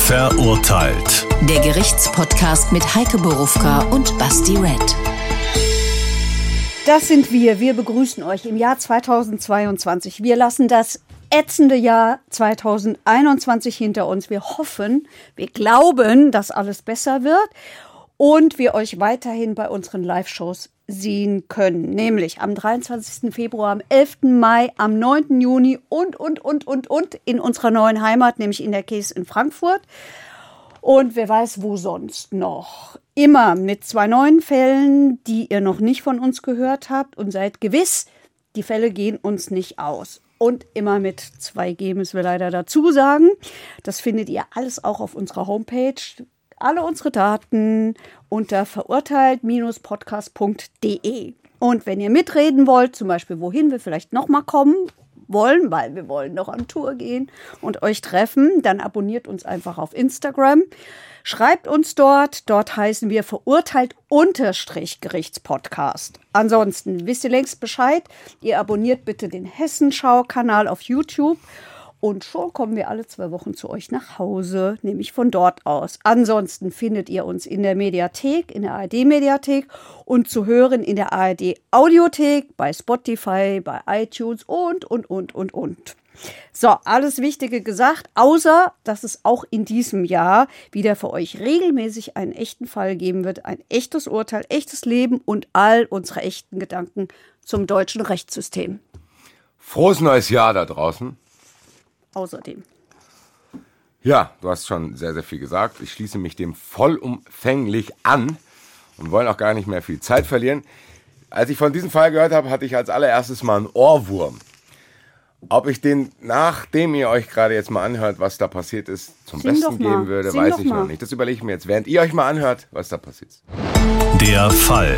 Verurteilt. Der Gerichtspodcast mit Heike Borufka und Basti Red. Das sind wir. Wir begrüßen euch im Jahr 2022. Wir lassen das ätzende Jahr 2021 hinter uns. Wir hoffen, wir glauben, dass alles besser wird und wir euch weiterhin bei unseren Live-Shows sehen können. Nämlich am 23. Februar, am 11. Mai, am 9. Juni und in unserer neuen Heimat, nämlich in der Käs in Frankfurt. Und wer weiß, wo sonst noch. Immer mit 2 neuen Fällen, die ihr noch nicht von uns gehört habt. Und seid gewiss, die Fälle gehen uns nicht aus. Und immer mit 2G müssen wir leider dazu sagen. Das findet ihr alles auch auf unserer Homepage. Alle unsere Daten unter verurteilt-podcast.de. Und wenn ihr mitreden wollt, zum Beispiel wohin wir vielleicht nochmal kommen wollen, weil wir wollen noch on Tour gehen und euch treffen, dann abonniert uns einfach auf Instagram. Schreibt uns dort. Dort heißen wir verurteilt-Gerichtspodcast. Ansonsten wisst ihr längst Bescheid. Ihr abonniert bitte den Hessenschau-Kanal auf YouTube. Und schon kommen wir alle 2 Wochen zu euch nach Hause, nämlich von dort aus. Ansonsten findet ihr uns in der Mediathek, in der ARD-Mediathek und zu hören in der ARD-Audiothek, bei Spotify, bei iTunes und. So, alles Wichtige gesagt, außer, dass es auch in diesem Jahr wieder für euch regelmäßig einen echten Fall geben wird, ein echtes Urteil, echtes Leben und all unsere echten Gedanken zum deutschen Rechtssystem. Frohes neues Jahr da draußen. Außerdem. Ja, du hast schon sehr, sehr viel gesagt. Ich schließe mich dem vollumfänglich an und wollen auch gar nicht mehr viel Zeit verlieren. Als ich von diesem Fall gehört habe, hatte ich als allererstes mal einen Ohrwurm. Ob ich den, nachdem ihr euch gerade jetzt mal anhört, was da passiert ist, zum Besten geben würde, weiß ich noch nicht. Das überlege ich mir jetzt, während ihr euch mal anhört, was da passiert ist. Der Fall.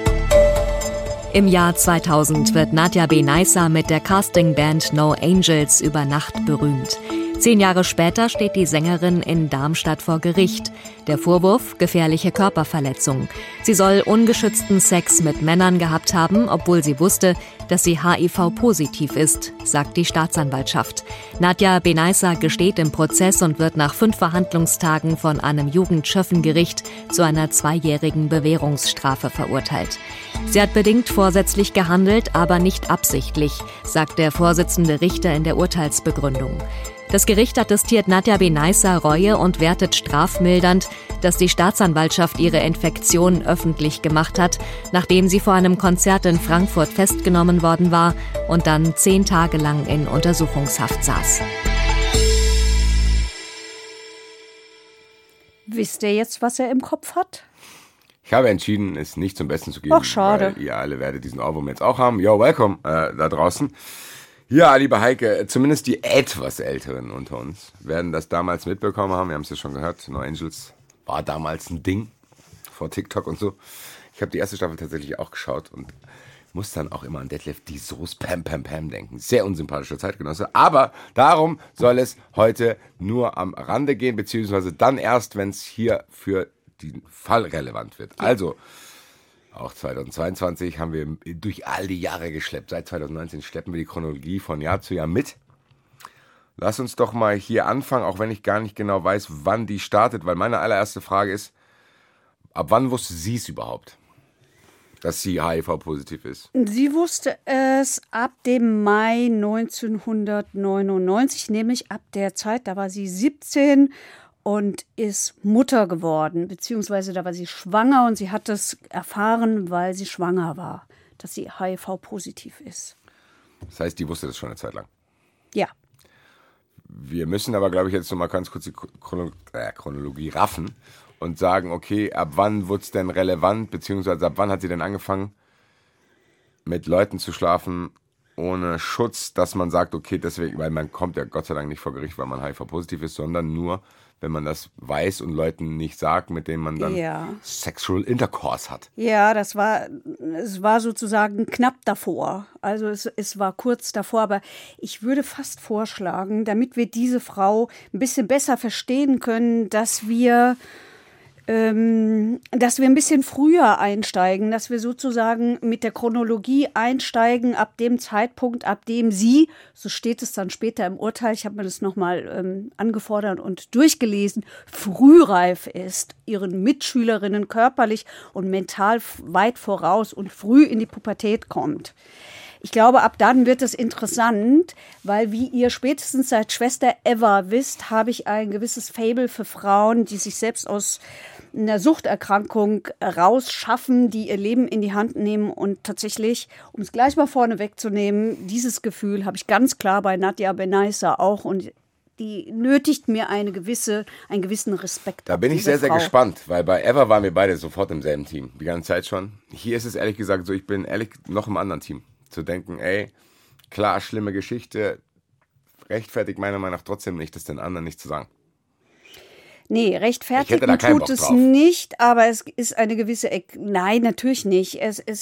Im Jahr 2000 wird Nadja Benaissa mit der Castingband No Angels über Nacht berühmt. 10 Jahre später steht die Sängerin in Darmstadt vor Gericht. Der Vorwurf: gefährliche Körperverletzung. Sie soll ungeschützten Sex mit Männern gehabt haben, obwohl sie wusste, dass sie HIV-positiv ist, sagt die Staatsanwaltschaft. Nadja Benaissa gesteht im Prozess und wird nach 5 Verhandlungstagen von einem Jugendschöffengericht zu einer 2-jährigen Bewährungsstrafe verurteilt. Sie hat bedingt vorsätzlich gehandelt, aber nicht absichtlich, sagt der Vorsitzende Richter in der Urteilsbegründung. Das Gericht attestiert Nadja Benaissa Reue und wertet strafmildernd, dass die Staatsanwaltschaft ihre Infektion öffentlich gemacht hat, nachdem sie vor einem Konzert in Frankfurt festgenommen worden war und dann 10 Tage lang in Untersuchungshaft saß. Wisst ihr jetzt, was er im Kopf hat? Ich habe entschieden, es nicht zum Besten zu geben. Ach, schade. Weil ihr alle werdet diesen Ohrwurm jetzt auch haben. Yo, welcome da draußen. Ja, liebe Heike, zumindest die etwas Älteren unter uns werden das damals mitbekommen haben. Wir haben es ja schon gehört, No Angels war damals ein Ding vor TikTok und so. Ich habe die erste Staffel tatsächlich auch geschaut und muss dann auch immer an Detlef die Soße Pam denken. Sehr unsympathischer Zeitgenosse. Aber darum soll es heute nur am Rande gehen, beziehungsweise dann erst, wenn es hier für den Fall relevant wird. Also, auch 2022 haben wir durch all die Jahre geschleppt. Seit 2019 schleppen wir die Chronologie von Jahr zu Jahr mit. Lass uns doch mal hier anfangen, auch wenn ich gar nicht genau weiß, wann die startet. Weil meine allererste Frage ist, ab wann wusste sie es überhaupt, dass sie HIV-positiv ist? Sie wusste es ab dem Mai 1999, nämlich ab der Zeit, da war sie 17 und ist Mutter geworden, beziehungsweise da war sie schwanger und sie hat das erfahren, weil sie schwanger war, dass sie HIV-positiv ist. Das heißt, die wusste das schon eine Zeit lang? Ja. Wir müssen aber, glaube ich, jetzt noch mal ganz kurz die Chronologie raffen und sagen, okay, ab wann wurde es denn relevant, beziehungsweise ab wann hat sie denn angefangen, mit Leuten zu schlafen ohne Schutz, dass man sagt, okay, deswegen, weil man kommt ja Gott sei Dank nicht vor Gericht, weil man HIV-positiv ist, sondern nur, wenn man das weiß und Leuten nicht sagt, mit denen man dann Sexual Intercourse hat. Ja, es war sozusagen knapp davor. Also es war kurz davor, aber ich würde fast vorschlagen, damit wir diese Frau ein bisschen besser verstehen können, dass wir dass wir ein bisschen früher einsteigen, dass wir sozusagen mit der Chronologie einsteigen, ab dem Zeitpunkt, ab dem sie, so steht es dann später im Urteil, ich habe mir das nochmal angefordert und durchgelesen, frühreif ist, ihren Mitschülerinnen körperlich und mental weit voraus und früh in die Pubertät kommt. Ich glaube, ab dann wird es interessant, weil wie ihr spätestens seit Schwester Eva wisst, habe ich ein gewisses Faible für Frauen, die sich selbst aus einer Suchterkrankung rausschaffen, die ihr Leben in die Hand nehmen. Und tatsächlich, um es gleich mal vorne wegzunehmen, dieses Gefühl habe ich ganz klar bei Nadja Benaissa auch. Und die nötigt mir einen gewissen Respekt. Da bin ich sehr, sehr gespannt, weil bei Eva waren wir beide sofort im selben Team, die ganze Zeit schon. Hier ist es ehrlich gesagt so, ich bin ehrlich noch im anderen Team. Zu denken, ey, klar, schlimme Geschichte, rechtfertigt meiner Meinung nach trotzdem nicht, das den anderen nicht zu sagen. Nee, rechtfertigen tut es nicht, aber es ist eine gewisse, nein, natürlich nicht.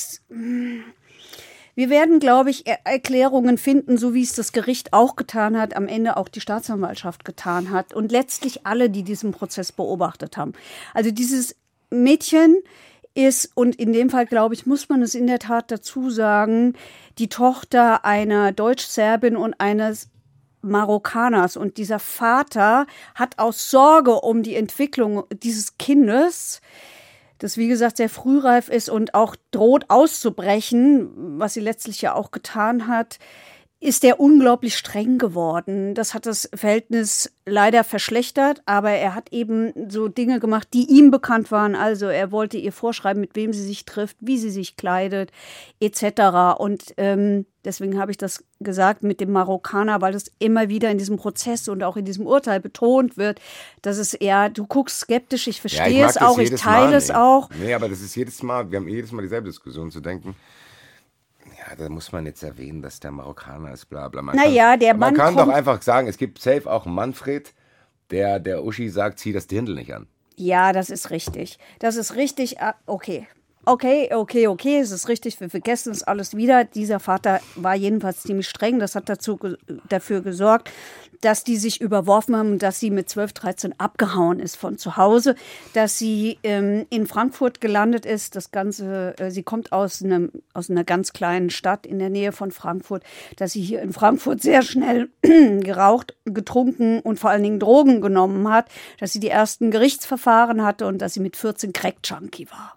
Wir werden, glaube ich, Erklärungen finden, so wie es das Gericht auch getan hat, am Ende auch die Staatsanwaltschaft getan hat und letztlich alle, die diesen Prozess beobachtet haben. Also dieses Mädchen ist, und in dem Fall, glaube ich, muss man es in der Tat dazu sagen, die Tochter einer Deutsch-Serbin und eines Marokkaners. Und dieser Vater hat aus Sorge um die Entwicklung dieses Kindes, das wie gesagt sehr frühreif ist und auch droht auszubrechen, was sie letztlich ja auch getan hat, ist er unglaublich streng geworden. Das hat das Verhältnis leider verschlechtert, aber er hat eben so Dinge gemacht, die ihm bekannt waren. Also er wollte ihr vorschreiben, mit wem sie sich trifft, wie sie sich kleidet, etc. Und deswegen habe ich das gesagt mit dem Marokkaner, weil das immer wieder in diesem Prozess und auch in diesem Urteil betont wird, dass es eher, du guckst skeptisch, ich verstehe es auch, ich teile es auch. Nee, aber das ist jedes Mal, wir haben jedes Mal dieselbe Diskussion zu denken. Ja, da muss man jetzt erwähnen, dass der Marokkaner ist, bla bla. Man kann doch einfach sagen, es gibt safe auch einen Manfred, der Uschi sagt, zieh das Dirndl nicht an. Ja, das ist richtig. Das ist richtig, okay. Okay, es ist richtig, wir vergessen es alles wieder. Dieser Vater war jedenfalls ziemlich streng. Das hat dafür gesorgt, dass die sich überworfen haben und dass sie mit 12, 13 abgehauen ist von zu Hause, dass sie in Frankfurt gelandet ist. Das Ganze, sie kommt aus einer ganz kleinen Stadt in der Nähe von Frankfurt, dass sie hier in Frankfurt sehr schnell geraucht, getrunken und vor allen Dingen Drogen genommen hat, dass sie die ersten Gerichtsverfahren hatte und dass sie mit 14 Crack-Junkie war.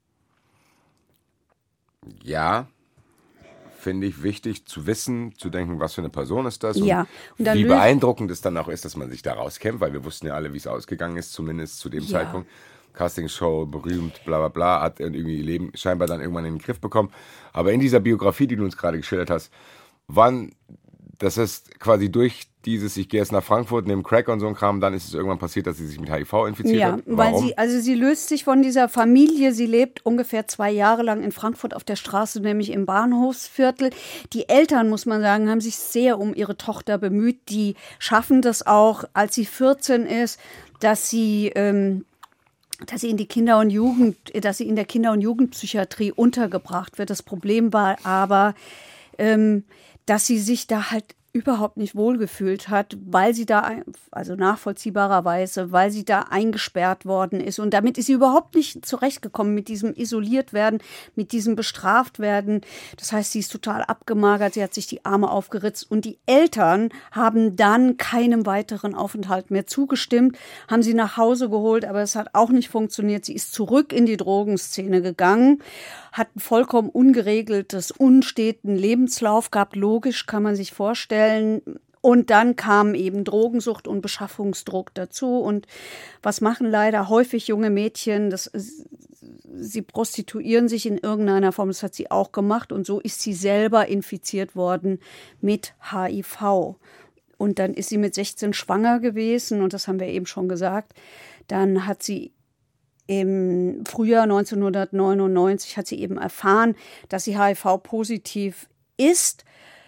Ja, finde ich wichtig zu wissen, zu denken, was für eine Person ist das und wie beeindruckend es dann auch ist, dass man sich da rauskämpft, weil wir wussten ja alle, wie es ausgegangen ist, zumindest zu dem Zeitpunkt. Castingshow, berühmt, bla bla bla, hat irgendwie ihr Leben scheinbar dann irgendwann in den Griff bekommen. Aber in dieser Biografie, die du uns gerade geschildert hast, das ist quasi durch dieses, ich gehe jetzt nach Frankfurt, nehme Crack und so ein Kram, dann ist es irgendwann passiert, dass sie sich mit HIV infiziert hat. Warum? Weil sie löst sich von dieser Familie, sie lebt ungefähr 2 Jahre lang in Frankfurt auf der Straße, nämlich im Bahnhofsviertel. Die Eltern, muss man sagen, haben sich sehr um ihre Tochter bemüht, die schaffen das auch, als sie 14 ist, dass sie in der Kinder- und Jugendpsychiatrie untergebracht wird. Das Problem war aber, dass sie sich da halt überhaupt nicht wohlgefühlt hat, weil sie da, also nachvollziehbarerweise, weil sie da eingesperrt worden ist. Und damit ist sie überhaupt nicht zurechtgekommen mit diesem Isoliertwerden, mit diesem Bestraftwerden. Das heißt, sie ist total abgemagert, sie hat sich die Arme aufgeritzt. Und die Eltern haben dann keinem weiteren Aufenthalt mehr zugestimmt, haben sie nach Hause geholt, aber es hat auch nicht funktioniert. Sie ist zurück in die Drogenszene gegangen, hat einen vollkommen ungeregeltes, unsteten Lebenslauf gehabt. Logisch, kann man sich vorstellen. Und dann kam eben Drogensucht und Beschaffungsdruck dazu. Und was machen leider häufig junge Mädchen? Sie prostituieren sich in irgendeiner Form. Das hat sie auch gemacht. Und so ist sie selber infiziert worden mit HIV. Und dann ist sie mit 16 schwanger gewesen. Und das haben wir eben schon gesagt. Dann hat sie im Frühjahr 1999 hat sie eben erfahren, dass sie HIV-positiv ist.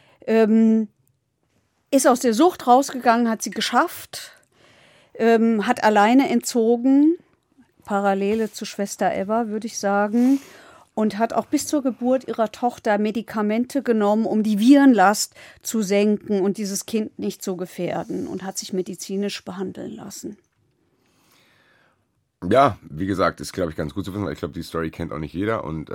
Ist aus der Sucht rausgegangen, hat sie geschafft, hat alleine entzogen, Parallele zu Schwester Eva, würde ich sagen, und hat auch bis zur Geburt ihrer Tochter Medikamente genommen, um die Virenlast zu senken und dieses Kind nicht zu gefährden, und hat sich medizinisch behandeln lassen. Ja, wie gesagt, ist, glaube ich, ganz gut zu wissen, weil ich glaube, die Story kennt auch nicht jeder und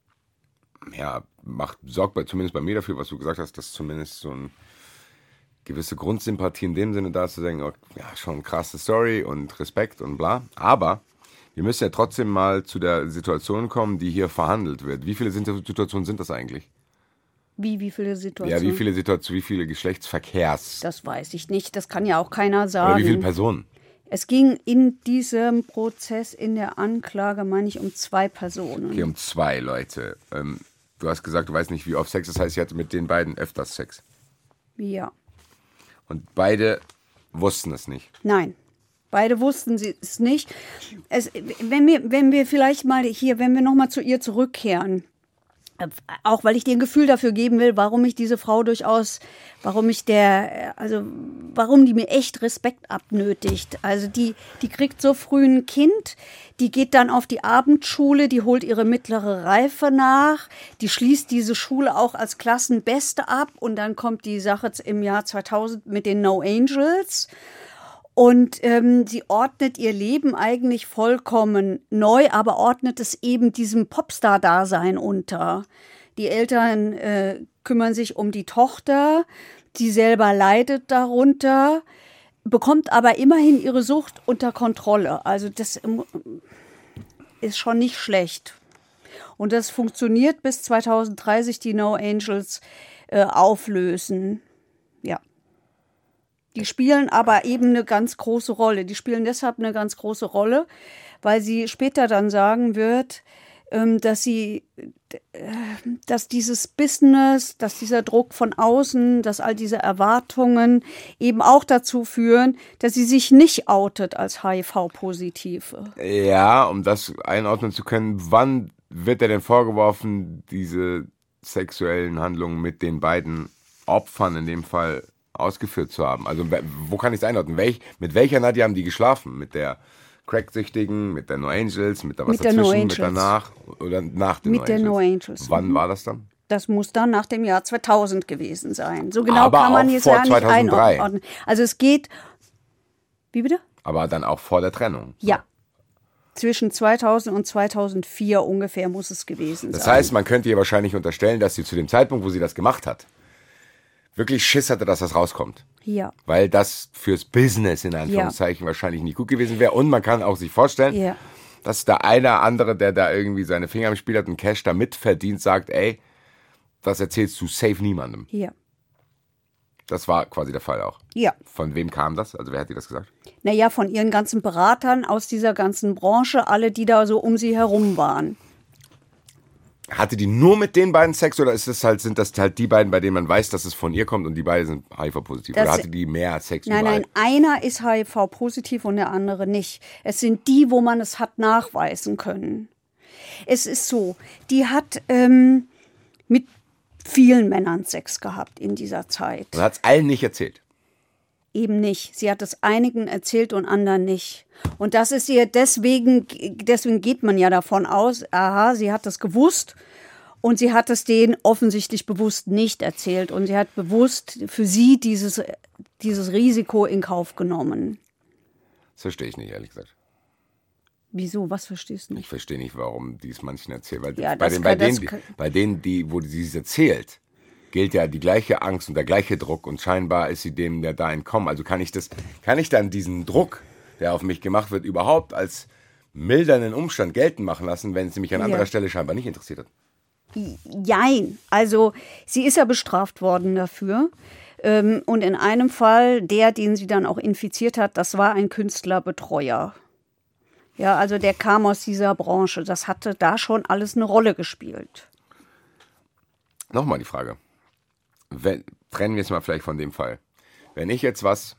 sorgt zumindest bei mir dafür, was du gesagt hast, dass zumindest so eine gewisse Grundsympathie in dem Sinne da ist, zu sagen, oh, ja, schon eine krasse Story und Respekt und bla. Aber wir müssen ja trotzdem mal zu der Situation kommen, die hier verhandelt wird. Wie viele Situationen sind das eigentlich? Wie viele Situationen? Ja, wie viele Geschlechtsverkehrs? Das weiß ich nicht, das kann ja auch keiner sagen. Oder wie viele Personen? Es ging in diesem Prozess, in der Anklage, meine ich, um 2 Personen. Okay, um 2 Leute. Du hast gesagt, du weißt nicht, wie oft Sex, das heißt, sie hatte mit den beiden öfters Sex. Ja. Und beide wussten es nicht. Nein, beide wussten es nicht. Wenn wir vielleicht mal hier, wenn wir nochmal zu ihr zurückkehren, auch weil ich dir ein Gefühl dafür geben will, warum ich diese Frau warum die mir echt Respekt abnötigt. Also die kriegt so früh ein Kind, die geht dann auf die Abendschule, die holt ihre mittlere Reife nach, die schließt diese Schule auch als Klassenbeste ab und dann kommt die Sache im Jahr 2000 mit den No Angels. Und sie ordnet ihr Leben eigentlich vollkommen neu, aber ordnet es eben diesem Popstar-Dasein unter. Die Eltern kümmern sich um die Tochter, sie selber leidet darunter, bekommt aber immerhin ihre Sucht unter Kontrolle. Also das ist schon nicht schlecht. Und das funktioniert bis 2030 die No Angels auflösen. Ja. Die spielen aber eben eine ganz große Rolle. Die spielen deshalb eine ganz große Rolle, weil sie später dann sagen wird, dass dieses Business, dass dieser Druck von außen, dass all diese Erwartungen eben auch dazu führen, dass sie sich nicht outet als HIV-Positive. Ja, um das einordnen zu können, wann wird er denn vorgeworfen, diese sexuellen Handlungen mit den beiden Opfern in dem Fall ausgeführt zu haben? Also wo kann ich es einordnen? Mit welcher Nadja haben die geschlafen? Mit der Crack-Süchtigen, mit der No Angels, mit der was dazwischen, mit danach oder nach den mit No Angels? Wann war das dann? Das muss dann nach dem Jahr 2000 gewesen sein. So genau aber kann man jetzt ja nicht 2003. einordnen. Also es geht, wie bitte? Aber dann auch vor der Trennung. So. Ja. Zwischen 2000 und 2004 ungefähr muss es gewesen sein. Das heißt, man könnte ihr wahrscheinlich unterstellen, dass sie zu dem Zeitpunkt, wo sie das gemacht hat, wirklich Schiss hatte, dass das rauskommt. Ja. Weil das fürs Business in Anführungszeichen wahrscheinlich nicht gut gewesen wäre. Und man kann auch sich vorstellen, dass der eine andere, der da irgendwie seine Finger im Spiel hat und Cash da mitverdient, sagt, ey, das erzählst du safe niemandem. Ja. Das war quasi der Fall auch. Ja. Von wem kam das? Also wer hat dir das gesagt? Naja, von ihren ganzen Beratern aus dieser ganzen Branche, alle, die da so um sie herum waren. Hatte die nur mit den beiden Sex oder sind das halt die beiden, bei denen man weiß, dass es von ihr kommt und die beiden sind HIV-positiv? Oder hatte die mehr Sex überall? Nein, einer ist HIV-positiv und der andere nicht. Es sind die, wo man es hat nachweisen können. Es ist so, die hat mit vielen Männern Sex gehabt in dieser Zeit. Und hat es allen nicht erzählt? Eben nicht. Sie hat es einigen erzählt und anderen nicht. Und das ist ihr, deswegen geht man ja davon aus, aha, sie hat das gewusst und sie hat es denen offensichtlich bewusst nicht erzählt. Und sie hat bewusst für sie dieses Risiko in Kauf genommen. Das verstehe ich nicht, ehrlich gesagt. Wieso? Was verstehst du nicht? Ich verstehe nicht, warum die es manchen erzählt. Weil ja, bei denen, wo sie es erzählt, gilt ja die gleiche Angst und der gleiche Druck und scheinbar ist sie dem ja da entkommen. Also kann ich dann diesen Druck, der auf mich gemacht wird, überhaupt als mildernden Umstand geltend machen lassen, wenn es mich an anderer Stelle scheinbar nicht interessiert hat? Jein. Also sie ist ja bestraft worden dafür. Und in einem Fall, den sie dann auch infiziert hat, das war ein Künstlerbetreuer. Ja, also der kam aus dieser Branche. Das hatte da schon alles eine Rolle gespielt. Nochmal die Frage. Trennen wir es mal vielleicht von dem Fall. Wenn ich jetzt was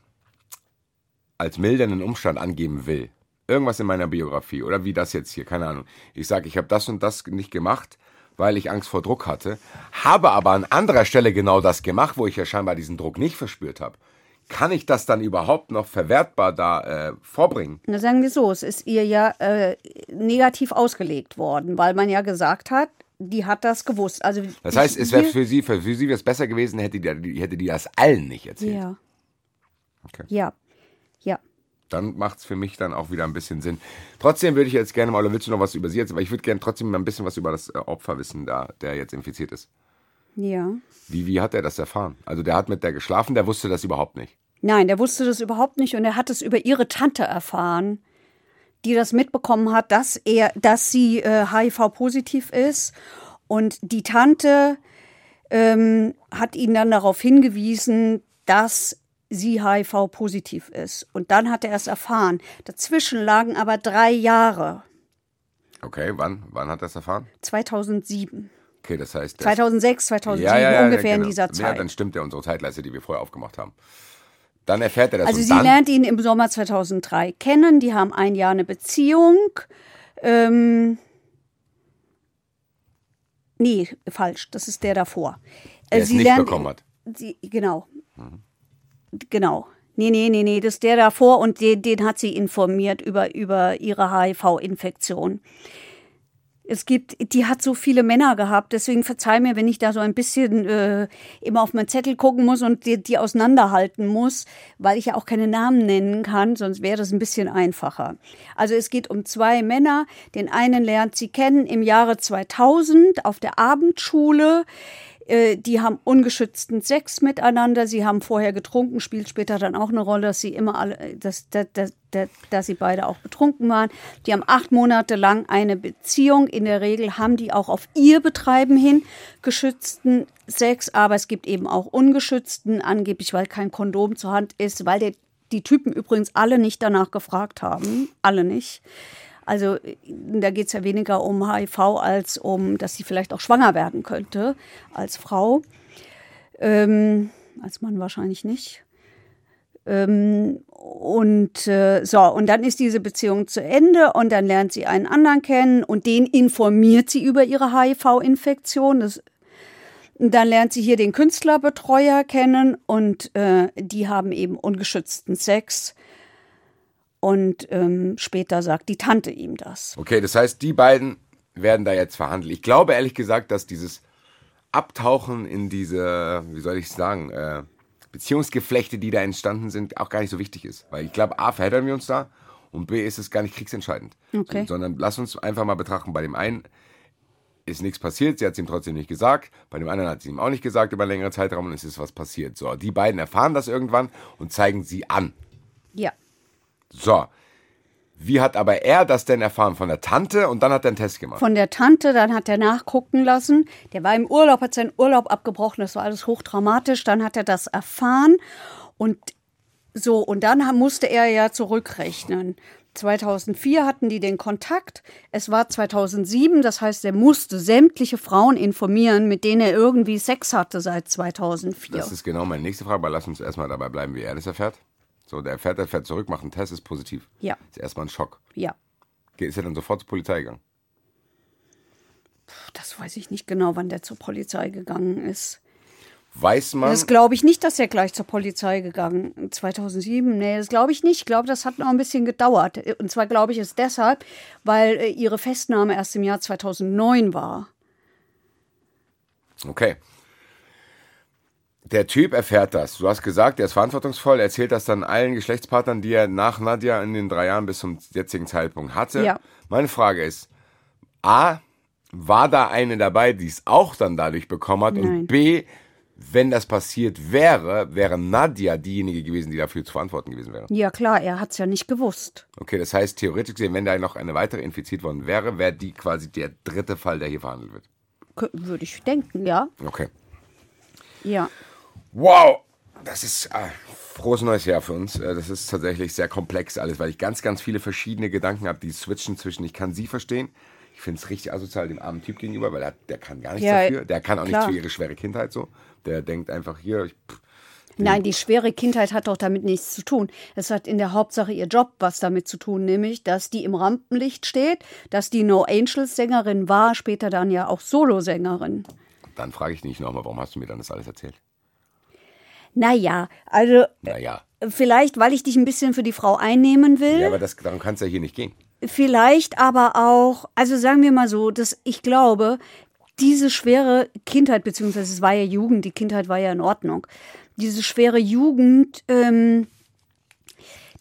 als mildernden Umstand angeben will, irgendwas in meiner Biografie oder wie das jetzt hier, keine Ahnung. Ich sage, ich habe das und das nicht gemacht, weil ich Angst vor Druck hatte, habe aber an anderer Stelle genau das gemacht, wo ich ja scheinbar diesen Druck nicht verspürt habe. Kann ich das dann überhaupt noch verwertbar da vorbringen? Na, sagen wir so, es ist ihr ja negativ ausgelegt worden, weil man ja gesagt hat, die hat das gewusst. Also das heißt, es wäre für sie wäre es besser gewesen, hätte die das allen nicht erzählt. Ja. Okay. Ja. Dann macht es für mich dann auch wieder ein bisschen Sinn. Trotzdem würde ich jetzt gerne mal, oder willst du noch was über sie jetzt? Aber ich würde gerne trotzdem mal ein bisschen was über das Opfer wissen, der jetzt infiziert ist. Ja. Wie hat er das erfahren? Also der hat mit der geschlafen, der wusste das überhaupt nicht. Nein, der wusste das überhaupt nicht und er hat es über ihre Tante erfahren, die das mitbekommen hat, dass sie HIV-positiv ist. Und die Tante hat ihn dann darauf hingewiesen, dass sie HIV-positiv ist. Und dann hat er es erfahren. Dazwischen lagen aber 3 Jahre. Okay, wann hat er es erfahren? 2007. Okay, das heißt... 2006, 2007, ungefähr genau. in dieser Zeit. Ja, dann stimmt ja unsere Zeitleiste, die wir vorher aufgemacht haben. Dann erfährt er das. Also und sie dann lernt ihn im Sommer 2003 kennen. Die haben 1 Jahr eine Beziehung. Nee, falsch. Das ist der davor. der es nicht bekommen hat. Genau. Genau. Nee. Das ist der davor und den hat sie informiert über ihre HIV-Infektion. Die hat so viele Männer gehabt, deswegen verzeih mir, wenn ich da so ein bisschen immer auf meinen Zettel gucken muss und die auseinanderhalten muss, weil ich ja auch keine Namen nennen kann, sonst wäre das ein bisschen einfacher. Also es geht um 2 Männer. Den einen lernt sie kennen im Jahre 2000 auf der Abendschule. Die haben ungeschützten Sex miteinander. Sie haben vorher getrunken, spielt später dann auch eine Rolle, dass sie immer dass sie beide auch betrunken waren. Die haben 8 Monate lang eine Beziehung. In der Regel haben die auch auf ihr Betreiben hin geschützten Sex, aber es gibt eben auch ungeschützten, angeblich, weil kein Kondom zur Hand ist, weil die Typen übrigens alle nicht danach gefragt haben. Alle nicht. Also da geht es ja weniger um HIV als um, dass sie vielleicht auch schwanger werden könnte als Frau. Als Mann wahrscheinlich nicht. Und dann ist diese Beziehung zu Ende und dann lernt sie einen anderen kennen und den informiert sie über ihre HIV-Infektion. Dann lernt sie hier den Künstlerbetreuer kennen und die haben eben ungeschützten Sex. Und später sagt die Tante ihm das. Okay, das heißt, die beiden werden da jetzt verhandelt. Ich glaube ehrlich gesagt, dass dieses Abtauchen in diese, wie soll ich sagen, Beziehungsgeflechte, die da entstanden sind, auch gar nicht so wichtig ist. Weil ich glaube, A, verheddern wir uns da und B, ist es gar nicht kriegsentscheidend. Okay. Sondern lass uns einfach mal betrachten, bei dem einen ist nichts passiert, sie hat es ihm trotzdem nicht gesagt, bei dem anderen hat sie ihm auch nicht gesagt über einen längeren Zeitraum und es ist was passiert. So, die beiden erfahren das irgendwann und zeigen sie an. Ja. So, wie hat aber er das denn erfahren? Von der Tante und dann hat er einen Test gemacht? Von der Tante, dann hat er nachgucken lassen. Der war im Urlaub, hat seinen Urlaub abgebrochen, das war alles hochdramatisch. Dann hat er das erfahren und dann musste er ja zurückrechnen. 2004 hatten die den Kontakt, es war 2007, das heißt, er musste sämtliche Frauen informieren, mit denen er irgendwie Sex hatte seit 2004. Das ist genau meine nächste Frage, aber lass uns erstmal dabei bleiben, wie er das erfährt. So, der fährt zurück, macht einen Test, ist positiv. Ja. Ist erstmal ein Schock. Ja. Ist er dann sofort zur Polizei gegangen? Das weiß ich nicht genau, wann der zur Polizei gegangen ist. Weiß man? Das glaube ich nicht, dass er gleich zur Polizei gegangen ist. 2007, nee, das glaube ich nicht. Ich glaube, das hat noch ein bisschen gedauert. Und zwar glaube ich es deshalb, weil ihre Festnahme erst im Jahr 2009 war. Okay. Der Typ erfährt das. Du hast gesagt, er ist verantwortungsvoll. Er erzählt das dann allen Geschlechtspartnern, die er nach Nadja in den 3 Jahren bis zum jetzigen Zeitpunkt hatte. Ja. Meine Frage ist, A, war da eine dabei, die es auch dann dadurch bekommen hat? Nein. Und B, wenn das passiert wäre Nadja diejenige gewesen, die dafür zu verantworten gewesen wäre? Ja klar, er hat es ja nicht gewusst. Okay, das heißt, theoretisch gesehen, wenn da noch eine weitere infiziert worden wäre, wäre die quasi der 3. Fall, der hier verhandelt wird. Würde ich denken, ja. Okay. Ja. Wow, das ist frohes neues Jahr für uns. Das ist tatsächlich sehr komplex alles, weil ich ganz, ganz viele verschiedene Gedanken habe, die switchen zwischen, ich kann sie verstehen. Ich finde es richtig asozial dem armen Typ gegenüber, weil der kann gar nichts dafür. Der kann auch nichts für ihre schwere Kindheit so. Der denkt einfach hier... Nein, die schwere Kindheit hat doch damit nichts zu tun. Es hat in der Hauptsache ihr Job was damit zu tun, nämlich, dass die im Rampenlicht steht, dass die No Angels Sängerin war, später dann ja auch Solosängerin. Dann frage ich nicht nochmal, warum hast du mir dann das alles erzählt? Naja, vielleicht, weil ich dich ein bisschen für die Frau einnehmen will. Ja, aber darum kann es ja hier nicht gehen. Vielleicht aber auch, also sagen wir mal so, dass ich glaube, diese schwere Kindheit, beziehungsweise es war ja Jugend, die Kindheit war ja in Ordnung. Diese schwere Jugend,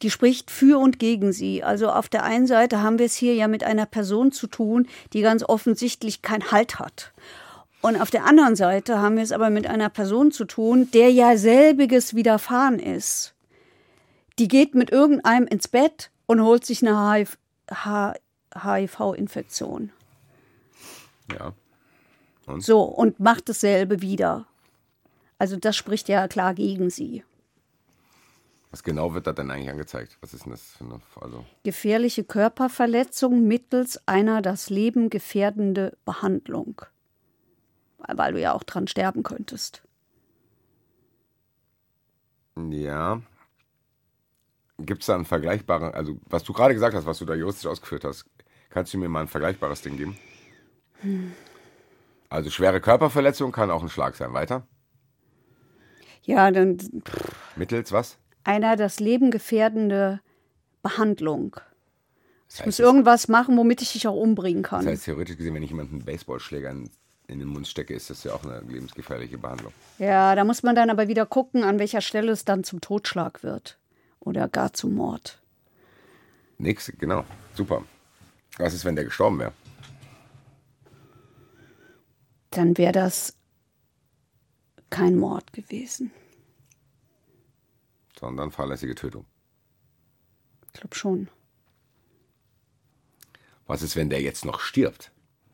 die spricht für und gegen sie. Also auf der einen Seite haben wir es hier ja mit einer Person zu tun, die ganz offensichtlich keinen Halt hat. Und auf der anderen Seite haben wir es aber mit einer Person zu tun, der ja selbiges widerfahren ist. Die geht mit irgendeinem ins Bett und holt sich eine HIV-Infektion. Ja. So, und macht dasselbe wieder. Also das spricht ja klar gegen sie. Was genau wird da denn eigentlich angezeigt? Was ist denn das für eine... Gefährliche Körperverletzung mittels einer das Leben gefährdende Behandlung. Weil du ja auch dran sterben könntest. Ja. Gibt es da einen vergleichbaren... Also, was du gerade gesagt hast, was du da juristisch ausgeführt hast, kannst du mir mal ein vergleichbares Ding geben? Also schwere Körperverletzung kann auch ein Schlag sein. Weiter? Ja, dann... Mittels was? Einer das Leben gefährdende Behandlung. Ich muss irgendwas machen, womit ich dich auch umbringen kann. Das heißt, theoretisch gesehen, wenn ich jemanden einen Baseballschläger in den Mund stecke, ist das ja auch eine lebensgefährliche Behandlung. Ja, da muss man dann aber wieder gucken, an welcher Stelle es dann zum Totschlag wird. Oder gar zum Mord. Nix, genau. Super. Was ist, wenn der gestorben wäre? Dann wäre das kein Mord gewesen. Sondern fahrlässige Tötung. Ich glaube schon. Was ist, wenn der jetzt noch stirbt?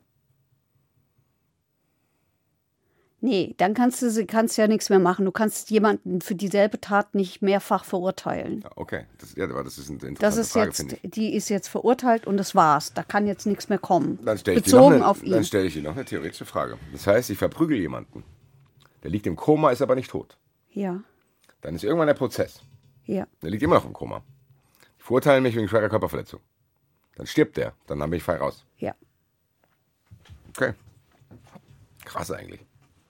Nee, dann kannst du ja nichts mehr machen. Du kannst jemanden für dieselbe Tat nicht mehrfach verurteilen. Ja, okay, das ist eine interessante Frage, finde ich. Die ist jetzt verurteilt und das war's. Da kann jetzt nichts mehr kommen. Dann stelle ich dir noch eine theoretische Frage. Das heißt, ich verprügel jemanden. Der liegt im Koma, ist aber nicht tot. Ja. Dann ist irgendwann der Prozess. Ja. Der liegt immer noch im Koma. Die verurteilen mich wegen schwerer Körperverletzung. Dann stirbt der. Dann bin ich frei raus. Ja. Okay. Krass eigentlich.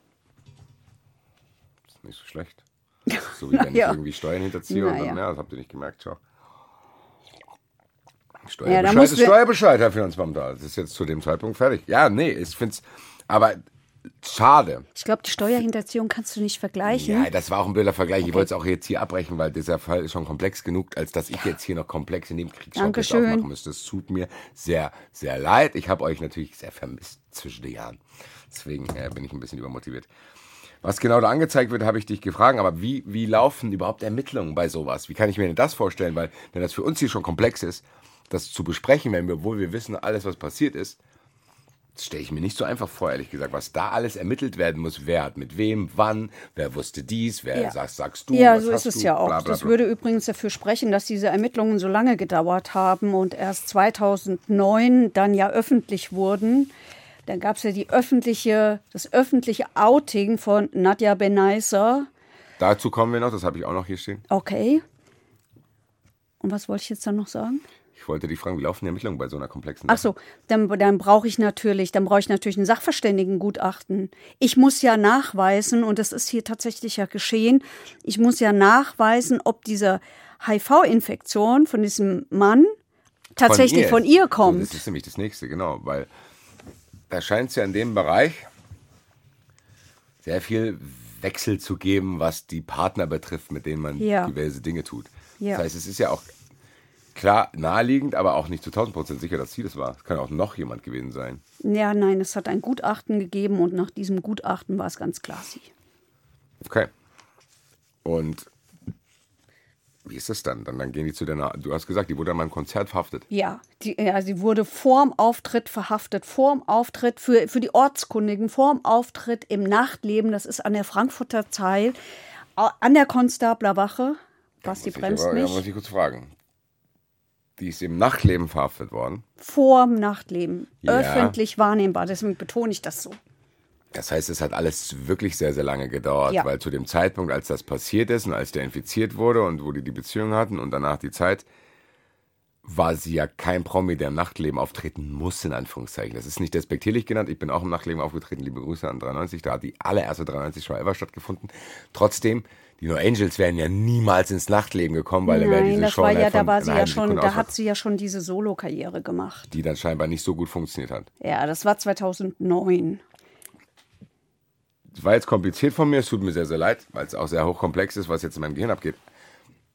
Ist nicht so schlecht. So wie wenn ich irgendwie Steuern hinterziehe und dann, das habt ihr nicht gemerkt, schau. Steuerbescheid ist Steuerbescheid, Herr Finanzbeamter. Das ist jetzt zu dem Zeitpunkt fertig. Ja, nee, ich finde es, aber schade. Ich glaube, die Steuerhinterziehung kannst du nicht vergleichen. Ja, das war auch ein blöder Vergleich. Okay. Ich wollte es auch jetzt hier abbrechen, weil dieser Fall ist schon komplex genug, als dass ich jetzt hier noch komplexe Nebenkriegsschauplätze aufmachen müsste. Es tut mir sehr, sehr leid. Ich habe euch natürlich sehr vermisst zwischen den Jahren. Deswegen bin ich ein bisschen übermotiviert. Was genau da angezeigt wird, habe ich dich gefragt. Aber wie laufen überhaupt Ermittlungen bei sowas? Wie kann ich mir denn das vorstellen? Weil wenn das für uns hier schon komplex ist, das zu besprechen, obwohl wir wissen, alles, was passiert ist, das stelle ich mir nicht so einfach vor, ehrlich gesagt, was da alles ermittelt werden muss. Wer hat mit wem, wann, wer wusste dies, wer sagst du, ja, was so hast ist es du, ja auch. bla, bla, bla. Das würde übrigens dafür sprechen, dass diese Ermittlungen so lange gedauert haben und erst 2009 dann ja öffentlich wurden. Dann gab es ja das öffentliche Outing von Nadja Benaissar. Dazu kommen wir noch, das habe ich auch noch hier stehen. Okay. Und was wollte ich jetzt dann noch sagen? Ich wollte dich fragen, wie laufen die Ermittlungen bei so einer komplexen Sache? Ach so, dann brauche ich natürlich ein Sachverständigengutachten. Ich muss ja nachweisen, und das ist hier tatsächlich ja geschehen, ich muss ja nachweisen, ob diese HIV-Infektion von diesem Mann tatsächlich von ihr kommt. Das ist nämlich das Nächste, genau, weil da scheint es ja in dem Bereich sehr viel Wechsel zu geben, was die Partner betrifft, mit denen man diverse Dinge tut. Ja. Das heißt, es ist ja auch klar naheliegend, aber auch nicht zu 1000% sicher, dass sie das war. Es kann auch noch jemand gewesen sein. Ja, nein, es hat ein Gutachten gegeben und nach diesem Gutachten war es ganz klar sie. Okay. Und wie ist das dann? Dann gehen die zu du hast gesagt, die wurde an meinem Konzert verhaftet. Ja, sie wurde vorm Auftritt verhaftet, vorm Auftritt für die Ortskundigen, vorm Auftritt im Nachtleben, das ist an der Frankfurter Zeil, an der Konstablerwache. Basti bremst mich. Ja, muss ich kurz fragen. Die ist im Nachtleben verhaftet worden? Vorm Nachtleben. Ja. Öffentlich wahrnehmbar, deswegen betone ich das so. Das heißt, es hat alles wirklich sehr, sehr lange gedauert, weil zu dem Zeitpunkt, als das passiert ist und als der infiziert wurde und wo die Beziehung hatten und danach die Zeit, war sie ja kein Promi, der im Nachtleben auftreten muss, in Anführungszeichen. Das ist nicht despektierlich genannt. Ich bin auch im Nachtleben aufgetreten, liebe Grüße an 93. Da hat die allererste 93 Show ever stattgefunden. Trotzdem, die No Angels wären ja niemals ins Nachtleben gekommen, weil er wäre diese Show da hat sie ja schon diese Solo-Karriere gemacht. Die dann scheinbar nicht so gut funktioniert hat. Ja, das war 2009. Das war jetzt kompliziert von mir, es tut mir sehr, sehr leid, weil es auch sehr hochkomplex ist, was jetzt in meinem Gehirn abgeht.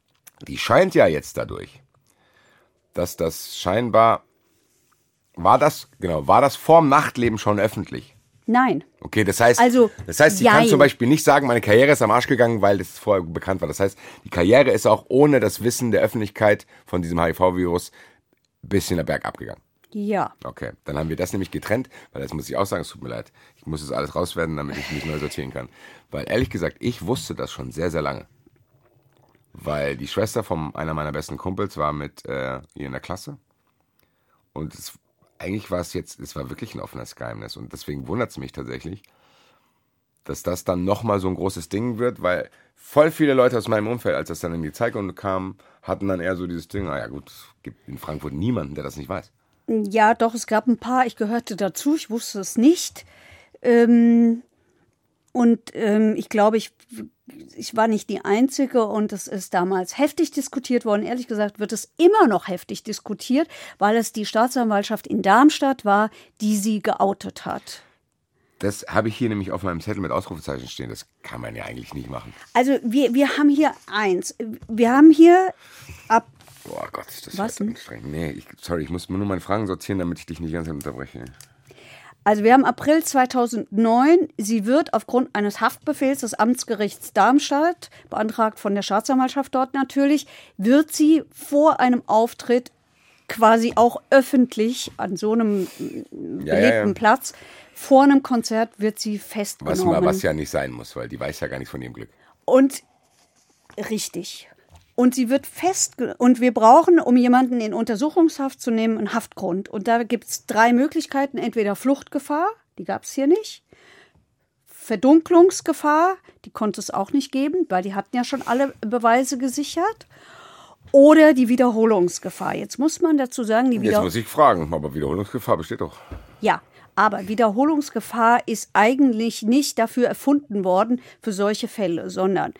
Die scheint ja jetzt dadurch, dass das scheinbar, war das vorm Nachtleben schon öffentlich? Nein. Okay, das heißt, sie kann zum Beispiel nicht sagen, meine Karriere ist am Arsch gegangen, weil das vorher bekannt war. Das heißt, die Karriere ist auch ohne das Wissen der Öffentlichkeit von diesem HIV-Virus ein bisschen bergab gegangen. Ja. Okay, dann haben wir das nämlich getrennt, weil jetzt muss ich auch sagen, es tut mir leid. Ich muss das alles rauswerden, damit ich mich neu sortieren kann. Weil ehrlich gesagt, ich wusste das schon sehr, sehr lange. Weil die Schwester von einer meiner besten Kumpels war mit ihr in der Klasse. Und eigentlich war es war wirklich ein offenes Geheimnis. Und deswegen wundert es mich tatsächlich, dass das dann nochmal so ein großes Ding wird, weil voll viele Leute aus meinem Umfeld, als das dann in die Zeitung kam, hatten dann eher so dieses Ding, ja gut, es gibt in Frankfurt niemanden, der das nicht weiß. Ja, doch, es gab ein paar, ich gehörte dazu, ich wusste es nicht. Ich glaube, ich war nicht die Einzige und es ist damals heftig diskutiert worden. Ehrlich gesagt wird es immer noch heftig diskutiert, weil es die Staatsanwaltschaft in Darmstadt war, die sie geoutet hat. Das habe ich hier nämlich auf meinem Zettel mit Ausrufezeichen stehen. Das kann man ja eigentlich nicht machen. Also wir haben hier eins. Wir haben hier ab... Boah Gott, das was ist anstrengend. Nee, ich muss nur meine Fragen sortieren, damit ich dich nicht ganz unterbreche. Also wir haben April 2009. Sie wird aufgrund eines Haftbefehls des Amtsgerichts Darmstadt, beantragt von der Staatsanwaltschaft dort natürlich, wird sie vor einem Auftritt quasi auch öffentlich an so einem belebten Platz, vor einem Konzert wird sie festgenommen. Was ja nicht sein muss, weil die weiß ja gar nichts von ihrem Glück. Und richtig. Und sie wird und wir brauchen, um jemanden in Untersuchungshaft zu nehmen, einen Haftgrund. Und da gibt es 3 Möglichkeiten. Entweder Fluchtgefahr, die gab es hier nicht. Verdunklungsgefahr, die konnte es auch nicht geben, weil die hatten ja schon alle Beweise gesichert. Oder die Wiederholungsgefahr. Jetzt muss man dazu sagen, Jetzt muss ich fragen, aber Wiederholungsgefahr besteht doch. Ja. Aber Wiederholungsgefahr ist eigentlich nicht dafür erfunden worden für solche Fälle, sondern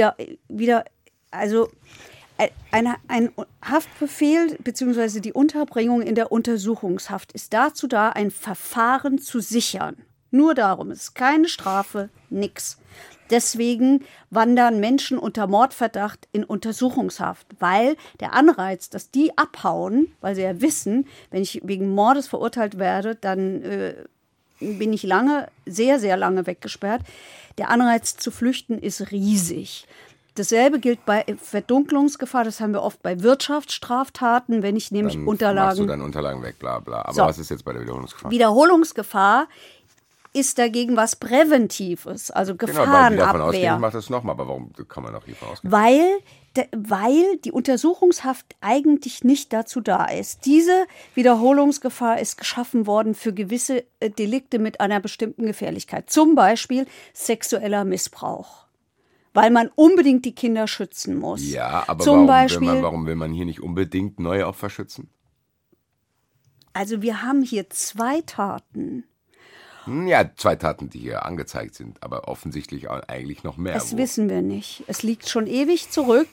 ein Haftbefehl bzw. die Unterbringung in der Untersuchungshaft ist dazu da, ein Verfahren zu sichern. Nur darum, es ist keine Strafe, nix. Deswegen wandern Menschen unter Mordverdacht in Untersuchungshaft, weil der Anreiz, dass die abhauen, weil sie ja wissen, wenn ich wegen Mordes verurteilt werde, dann bin ich sehr, sehr lange weggesperrt. Der Anreiz zu flüchten ist riesig. Dasselbe gilt bei Verdunklungsgefahr, das haben wir oft bei Wirtschaftsstraftaten, wenn ich nämlich Unterlagen... Machst du dann Unterlagen weg, bla bla. Aber was ist jetzt bei der Wiederholungsgefahr? Wiederholungsgefahr ist dagegen was Präventives, also Gefahrenabwehr. Genau, davon ausgehen, ich mache das nochmal, aber warum kann man auch hiervon ausgehen? Weil die Untersuchungshaft eigentlich nicht dazu da ist. Diese Wiederholungsgefahr ist geschaffen worden für gewisse Delikte mit einer bestimmten Gefährlichkeit, zum Beispiel sexueller Missbrauch. Weil man unbedingt die Kinder schützen muss. Ja, aber warum will man hier nicht unbedingt neue Opfer schützen? Also wir haben hier 2 Taten. Ja, 2 Taten, die hier angezeigt sind, aber offensichtlich eigentlich noch mehr. Das wissen wir nicht. Es liegt schon ewig zurück.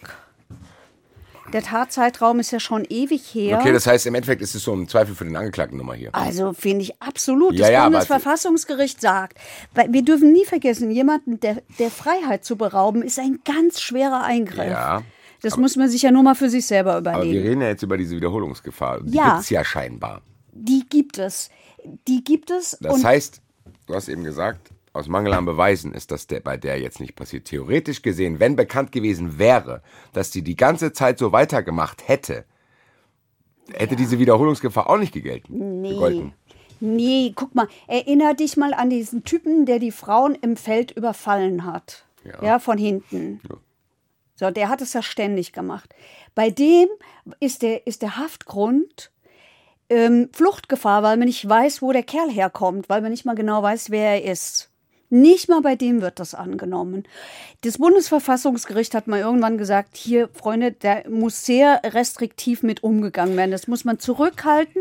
Der Tatzeitraum ist ja schon ewig her. Okay, das heißt, im Endeffekt ist es so ein Zweifel für den Angeklagten nochmal hier. Also finde ich absolut. Das Bundesverfassungsgericht sagt, weil wir dürfen nie vergessen, jemanden der Freiheit zu berauben, ist ein ganz schwerer Eingriff. Ja. Das muss man sich ja nur mal für sich selber überlegen. Aber wir reden ja jetzt über diese Wiederholungsgefahr. Die gibt es ja scheinbar. Die gibt es. Das heißt, du hast eben gesagt, aus Mangel an Beweisen ist das bei der jetzt nicht passiert. Theoretisch gesehen, wenn bekannt gewesen wäre, dass die ganze Zeit so weitergemacht hätte diese Wiederholungsgefahr auch nicht gegolten. Nee, guck mal, erinner dich mal an diesen Typen, der die Frauen im Feld überfallen hat. Ja, von hinten. Ja. So, der hat es ja ständig gemacht. Bei dem ist der Haftgrund Fluchtgefahr, weil man nicht weiß, wo der Kerl herkommt, weil man nicht mal genau weiß, wer er ist. Nicht mal bei dem wird das angenommen. Das Bundesverfassungsgericht hat mal irgendwann gesagt, hier, Freunde, da muss sehr restriktiv mit umgegangen werden. Das muss man zurückhalten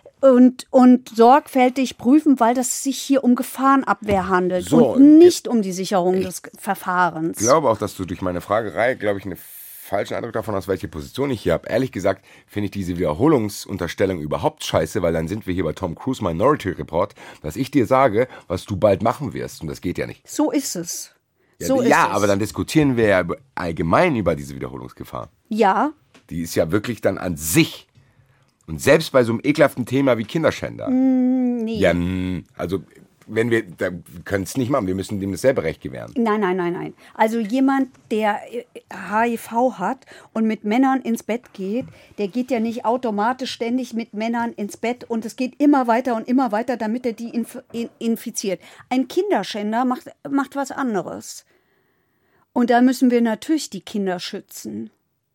und sorgfältig prüfen, weil das sich hier um Gefahrenabwehr handelt und nicht um die Sicherung des Verfahrens. Ich glaube auch, dass du durch meine Fragerei, glaube ich, eine falschen Eindruck davon hast, welche Position ich hier habe. Ehrlich gesagt finde ich diese Wiederholungsunterstellung überhaupt scheiße, weil dann sind wir hier bei Tom Cruise Minority Report, dass ich dir sage, was du bald machen wirst. Und das geht ja nicht. So ist es. So ist es. Ja, aber dann diskutieren wir ja allgemein über diese Wiederholungsgefahr. Ja. Die ist ja wirklich dann an sich. Und selbst bei so einem ekelhaften Thema wie Kinderschänder. Nee. Ja, also wenn wir können es nicht machen, wir müssen dem dasselbe Recht gewähren. Nein. Also jemand, der HIV hat und mit Männern ins Bett geht, der geht ja nicht automatisch ständig mit Männern ins Bett und es geht immer weiter, damit er die infiziert. Ein Kinderschänder macht was anderes. Und da müssen wir natürlich die Kinder schützen.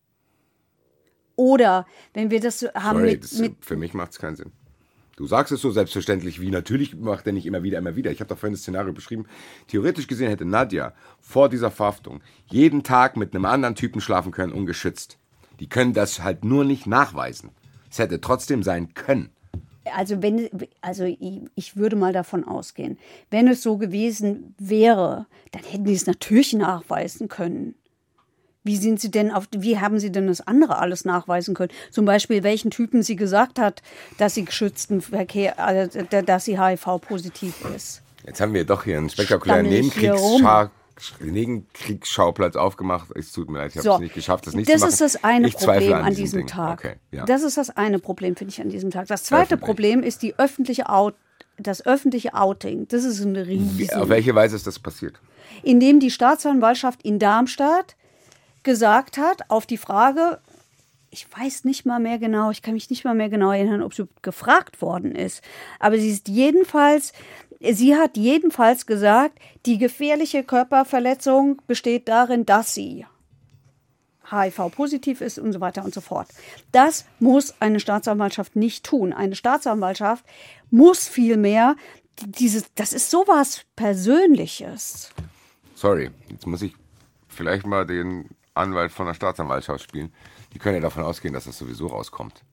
Oder wenn wir das haben für mich macht es keinen Sinn. Du sagst es so selbstverständlich wie, natürlich macht er nicht immer wieder. Ich habe doch vorhin das Szenario beschrieben. Theoretisch gesehen hätte Nadja vor dieser Verhaftung jeden Tag mit einem anderen Typen schlafen können, ungeschützt. Die können das halt nur nicht nachweisen. Es hätte trotzdem sein können. Also ich würde mal davon ausgehen, wenn es so gewesen wäre, dann hätten die es natürlich nachweisen können. Wie haben Sie denn das andere alles nachweisen können? Zum Beispiel, welchen Typen sie gesagt hat, dass sie geschützten Verkehr, also, dass sie HIV-positiv ist. Jetzt haben wir doch hier einen spektakulären Nebenkriegsschauplatz aufgemacht. Es tut mir leid, ich habe es nicht geschafft, das nicht zu machen. Das ist das eine Problem an diesem Ding. Tag. Okay, ja. Das ist das eine Problem, finde ich, an diesem Tag. Das zweite Problem ist das öffentliche Outing. Das ist ein riesen. Auf welche Weise ist das passiert? Indem die Staatsanwaltschaft in Darmstadt gesagt hat, auf die Frage, ich weiß nicht mal mehr genau, ich kann mich nicht mal mehr genau erinnern, ob sie gefragt worden ist, aber sie hat jedenfalls gesagt, die gefährliche Körperverletzung besteht darin, dass sie HIV-positiv ist und so weiter und so fort. Das muss eine Staatsanwaltschaft nicht tun. Eine Staatsanwaltschaft muss vielmehr, das ist sowas Persönliches. Sorry, jetzt muss ich vielleicht den Anwalt von der Staatsanwaltschaft spielen. Die können ja davon ausgehen, dass das sowieso rauskommt.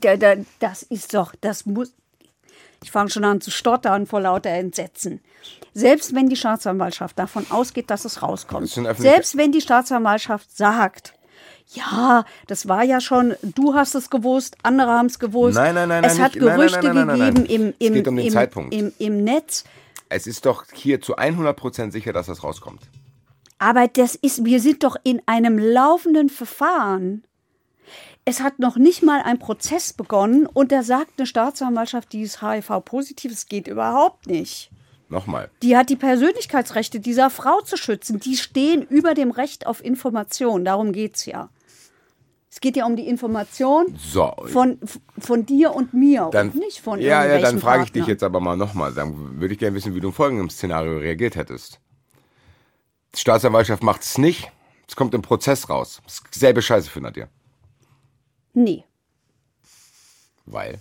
Ich fange schon an zu stottern vor lauter Entsetzen. Selbst wenn die Staatsanwaltschaft davon ausgeht, dass es rauskommt. Selbst wenn die Staatsanwaltschaft sagt, ja, das war ja schon, du hast es gewusst, andere haben es gewusst. Nein. Es hat Gerüchte gegeben es geht um den Zeitpunkt. Im Netz. Es ist doch hier zu 100% sicher, dass das rauskommt. Aber wir sind doch in einem laufenden Verfahren. Es hat noch nicht mal ein Prozess begonnen und da sagt eine Staatsanwaltschaft, die ist HIV-positiv, es geht überhaupt nicht. Nochmal. Die hat die Persönlichkeitsrechte dieser Frau zu schützen. Die stehen über dem Recht auf Information. Darum geht's ja. Es geht ja um die Information von dir und mir und nicht von irgendwelchen Ja, dann frage ich Partnern. dich jetzt aber mal nochmal. Dann würde ich gerne wissen, wie du im folgenden Szenario reagiert hättest. Die Staatsanwaltschaft macht es nicht, es kommt im Prozess raus. Das ist selbe Scheiße für Nadja. Nee. Weil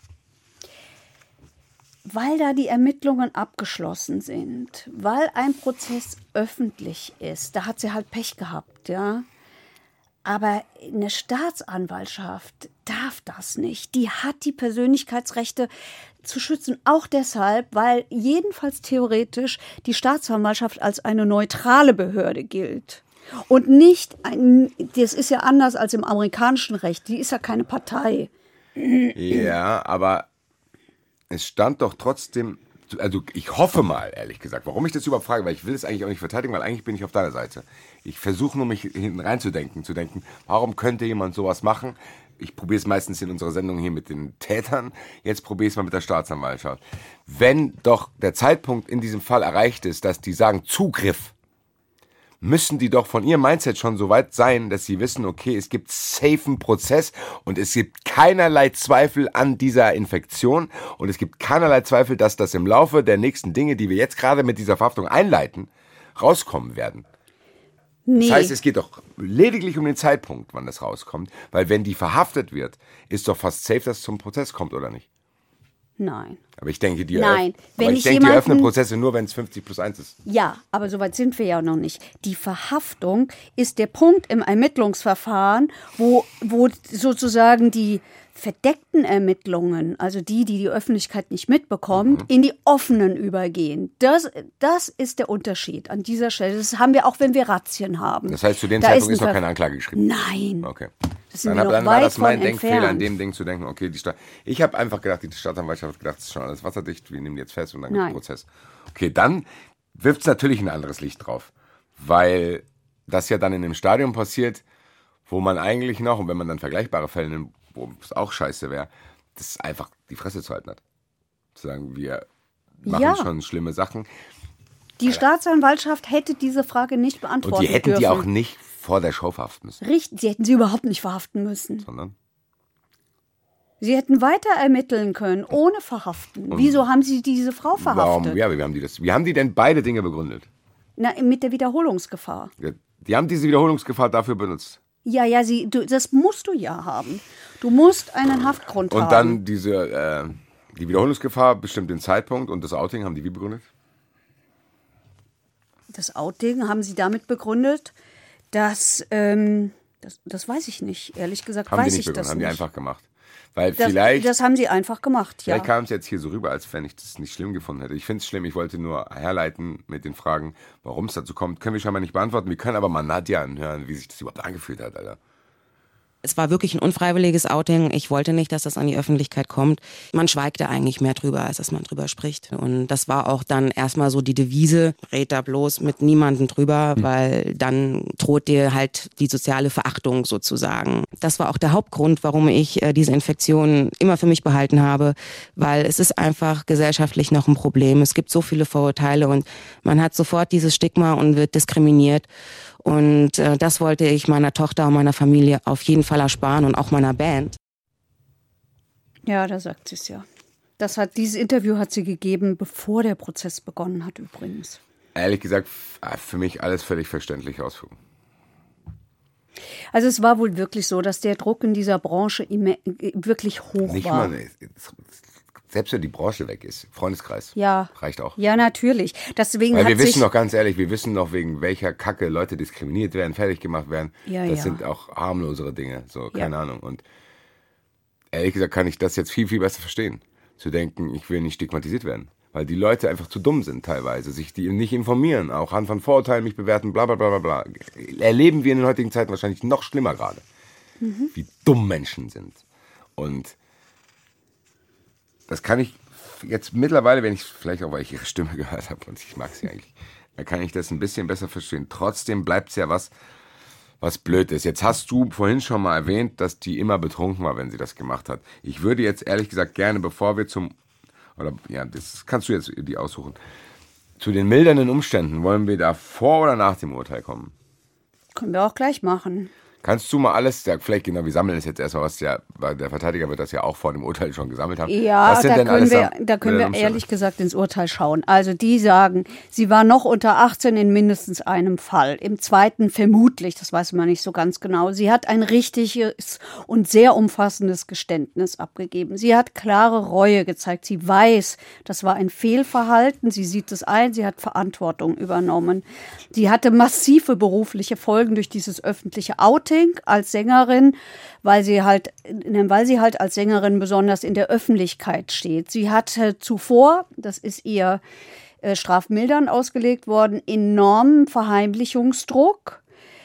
da die Ermittlungen abgeschlossen sind, weil ein Prozess öffentlich ist. Da hat sie halt Pech gehabt, ja. Aber eine Staatsanwaltschaft darf das nicht. Die hat die Persönlichkeitsrechte zu schützen. Auch deshalb, weil jedenfalls theoretisch die Staatsanwaltschaft als eine neutrale Behörde gilt. Und nicht, das ist ja anders als im amerikanischen Recht, die ist ja keine Partei. Ja, aber es stand doch trotzdem, also ich hoffe mal, ehrlich gesagt, warum ich das überhaupt frage, weil ich will es eigentlich auch nicht verteidigen, weil eigentlich bin ich auf deiner Seite. Ich versuche nur, mich hinten reinzudenken, warum könnte jemand sowas machen? Ich probiere es meistens in unserer Sendung hier mit den Tätern, jetzt probiere ich es mal mit der Staatsanwaltschaft. Wenn doch der Zeitpunkt in diesem Fall erreicht ist, dass die sagen Zugriff, müssen die doch von ihrem Mindset schon so weit sein, dass sie wissen, okay, es gibt safen Prozess und es gibt keinerlei Zweifel an dieser Infektion und es gibt keinerlei Zweifel, dass das im Laufe der nächsten Dinge, die wir jetzt gerade mit dieser Verhaftung einleiten, rauskommen werden. Nee. Das heißt, es geht doch lediglich um den Zeitpunkt, wann das rauskommt, weil wenn die verhaftet wird, ist doch fast safe, dass es zum Prozess kommt, oder nicht? Nein. Aber ich denke, die öffnen Prozesse nur, wenn es 50+1 ist. Ja, aber so weit sind wir ja noch nicht. Die Verhaftung ist der Punkt im Ermittlungsverfahren, wo sozusagen die verdeckten Ermittlungen, also die Öffentlichkeit nicht mitbekommt, in die offenen übergehen. Das ist der Unterschied an dieser Stelle. Das haben wir auch, wenn wir Razzien haben. Das heißt, zu dem Zeitpunkt ist noch keine Anklage geschrieben? Nein. Okay. Dann war das mein Denkfehler, an dem Ding zu denken, okay, ich habe einfach gedacht, die Staatsanwaltschaft hat gedacht, das ist schon alles wasserdicht, wir nehmen die jetzt fest und dann gibt es einen Prozess. Okay, dann wirft es natürlich ein anderes Licht drauf. weil das ja dann in einem Stadium passiert, wo man eigentlich noch, und wenn man dann vergleichbare Fälle nimmt, wo es auch scheiße wäre, das einfach die Fresse zu halten hat. Zu sagen, wir machen schon schlimme Sachen. Die Staatsanwaltschaft hätte diese Frage nicht beantworten dürfen. Und die hätten die auch nicht vor der Show verhaften müssen. Richtig, sie hätten sie überhaupt nicht verhaften müssen. Sondern? Sie hätten weiter ermitteln können, ohne verhaften. Wieso haben sie diese Frau verhaftet? Warum? Ja, wie haben die denn beide Dinge begründet? Na, mit der Wiederholungsgefahr. Ja, die haben diese Wiederholungsgefahr dafür benutzt. Ja, das musst du ja haben. Du musst einen Haftgrund haben. Und dann die Wiederholungsgefahr bestimmt den Zeitpunkt und das Outing haben die wie begründet? Das Outing haben sie damit begründet, dass, das weiß ich nicht, ehrlich gesagt haben weiß die nicht ich das haben nicht. Die einfach gemacht. Weil das haben sie einfach gemacht, ja. Vielleicht kam es jetzt hier so rüber, als wenn ich das nicht schlimm gefunden hätte. Ich finde es schlimm, ich wollte nur herleiten mit den Fragen, warum es dazu kommt. Können wir schon mal nicht beantworten. Wir können aber mal Nadja anhören, wie sich das überhaupt angefühlt hat, Alter. Es war wirklich ein unfreiwilliges Outing. Ich wollte nicht, dass das an die Öffentlichkeit kommt. Man schweigt da eigentlich mehr drüber, als dass man drüber spricht. Und das war auch dann erstmal so die Devise, red da bloß mit niemandem drüber, weil dann droht dir halt die soziale Verachtung sozusagen. Das war auch der Hauptgrund, warum ich diese Infektion immer für mich behalten habe, weil es ist einfach gesellschaftlich noch ein Problem. Es gibt so viele Vorurteile und man hat sofort dieses Stigma und wird diskriminiert. Und das wollte ich meiner Tochter und meiner Familie auf jeden Fall ersparen und auch meiner Band. Ja, da sagt sie es ja. Dieses Interview hat sie gegeben, bevor der Prozess begonnen hat übrigens. Ehrlich gesagt, für mich alles völlig verständliche Ausführungen. Also es war wohl wirklich so, dass der Druck in dieser Branche wirklich hoch Nicht war. mal, selbst wenn die Branche weg ist, Freundeskreis, reicht auch. Ja, natürlich. Deswegen Weil wir wissen doch ganz ehrlich, wegen welcher Kacke Leute diskriminiert werden, fertig gemacht werden. Das sind auch harmlosere Dinge, so, keine Ahnung. Und ehrlich gesagt kann ich das jetzt viel, viel besser verstehen. Zu denken, ich will nicht stigmatisiert werden. Weil die Leute einfach zu dumm sind teilweise, sich die nicht informieren, auch anhand von Vorurteilen mich bewerten, bla bla bla bla. Erleben wir in den heutigen Zeiten wahrscheinlich noch schlimmer gerade. Wie dumm Menschen sind. Und das kann ich jetzt mittlerweile, vielleicht auch, weil ich ihre Stimme gehört habe und ich mag sie eigentlich, dann kann ich das ein bisschen besser verstehen. Trotzdem bleibt es ja was blöd ist. Jetzt hast du vorhin schon mal erwähnt, dass die immer betrunken war, wenn sie das gemacht hat. Ich würde jetzt ehrlich gesagt gerne, bevor wir das kannst du jetzt die aussuchen. Zu den mildernden Umständen, wollen wir da vor oder nach dem Urteil kommen? Können wir auch gleich machen. Kannst du mal alles, vielleicht genau, wir sammeln es jetzt erstmal, weil der Verteidiger wird das ja auch vor dem Urteil schon gesammelt haben. Ja, was sind da können wir ehrlich gesagt ins Urteil schauen. Also die sagen, sie war noch unter 18 in mindestens einem Fall. Im zweiten vermutlich, das weiß man nicht so ganz genau. Sie hat ein richtiges und sehr umfassendes Geständnis abgegeben. Sie hat klare Reue gezeigt. Sie weiß, das war ein Fehlverhalten. Sie sieht es ein, sie hat Verantwortung übernommen. Sie hatte massive berufliche Folgen durch dieses öffentliche Outing als Sängerin, weil sie halt als Sängerin besonders in der Öffentlichkeit steht. Sie hatte zuvor, das ist ihr strafmildernd ausgelegt worden, enormen Verheimlichungsdruck.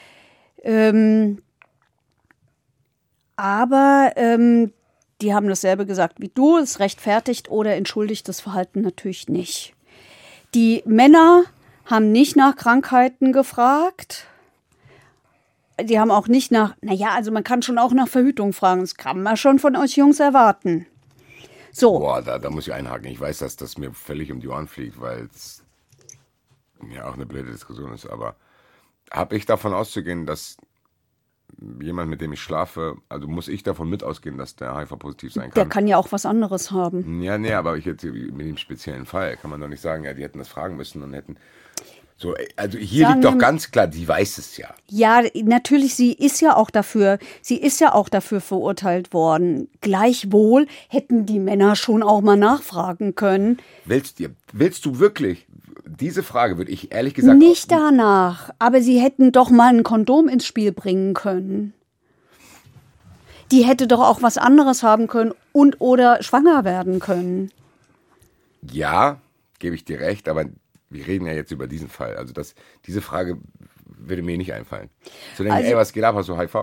Aber die haben dasselbe gesagt wie du, es rechtfertigt oder entschuldigt das Verhalten natürlich nicht. Die Männer haben nicht nach Krankheiten gefragt. Die haben auch nicht also man kann schon auch nach Verhütung fragen. Das kann man schon von euch Jungs erwarten. So. Boah, da muss ich einhaken. Ich weiß, dass das mir völlig um die Ohren fliegt, weil es ja auch eine blöde Diskussion ist. Aber habe ich davon auszugehen, dass jemand, mit dem ich schlafe, also muss ich davon mit ausgehen, dass der HIV-positiv sein kann? Der kann ja auch was anderes haben. Ja, nee, aber mit dem speziellen Fall kann man doch nicht sagen, ja, die hätten das fragen müssen und hätten... So, also hier liegt doch ganz klar, die weiß es ja. Ja, natürlich, sie ist ja auch dafür verurteilt worden. Gleichwohl hätten die Männer schon auch mal nachfragen können. Willst du wirklich? Diese Frage würde ich ehrlich gesagt... Nicht danach, aber sie hätten doch mal ein Kondom ins Spiel bringen können. Die hätte doch auch was anderes haben können und oder schwanger werden können. Ja, gebe ich dir recht, aber... Wir reden ja jetzt über diesen Fall. Also diese Frage würde mir nicht einfallen. Zu denken, was geht ab, hast du HIV?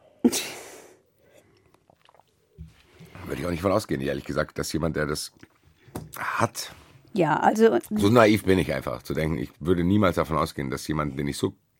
Würde ich auch nicht von ausgehen, ehrlich gesagt, dass jemand, der das hat... Ja, also... So naiv bin ich einfach, zu denken, ich würde niemals davon ausgehen, dass jemand, den ich so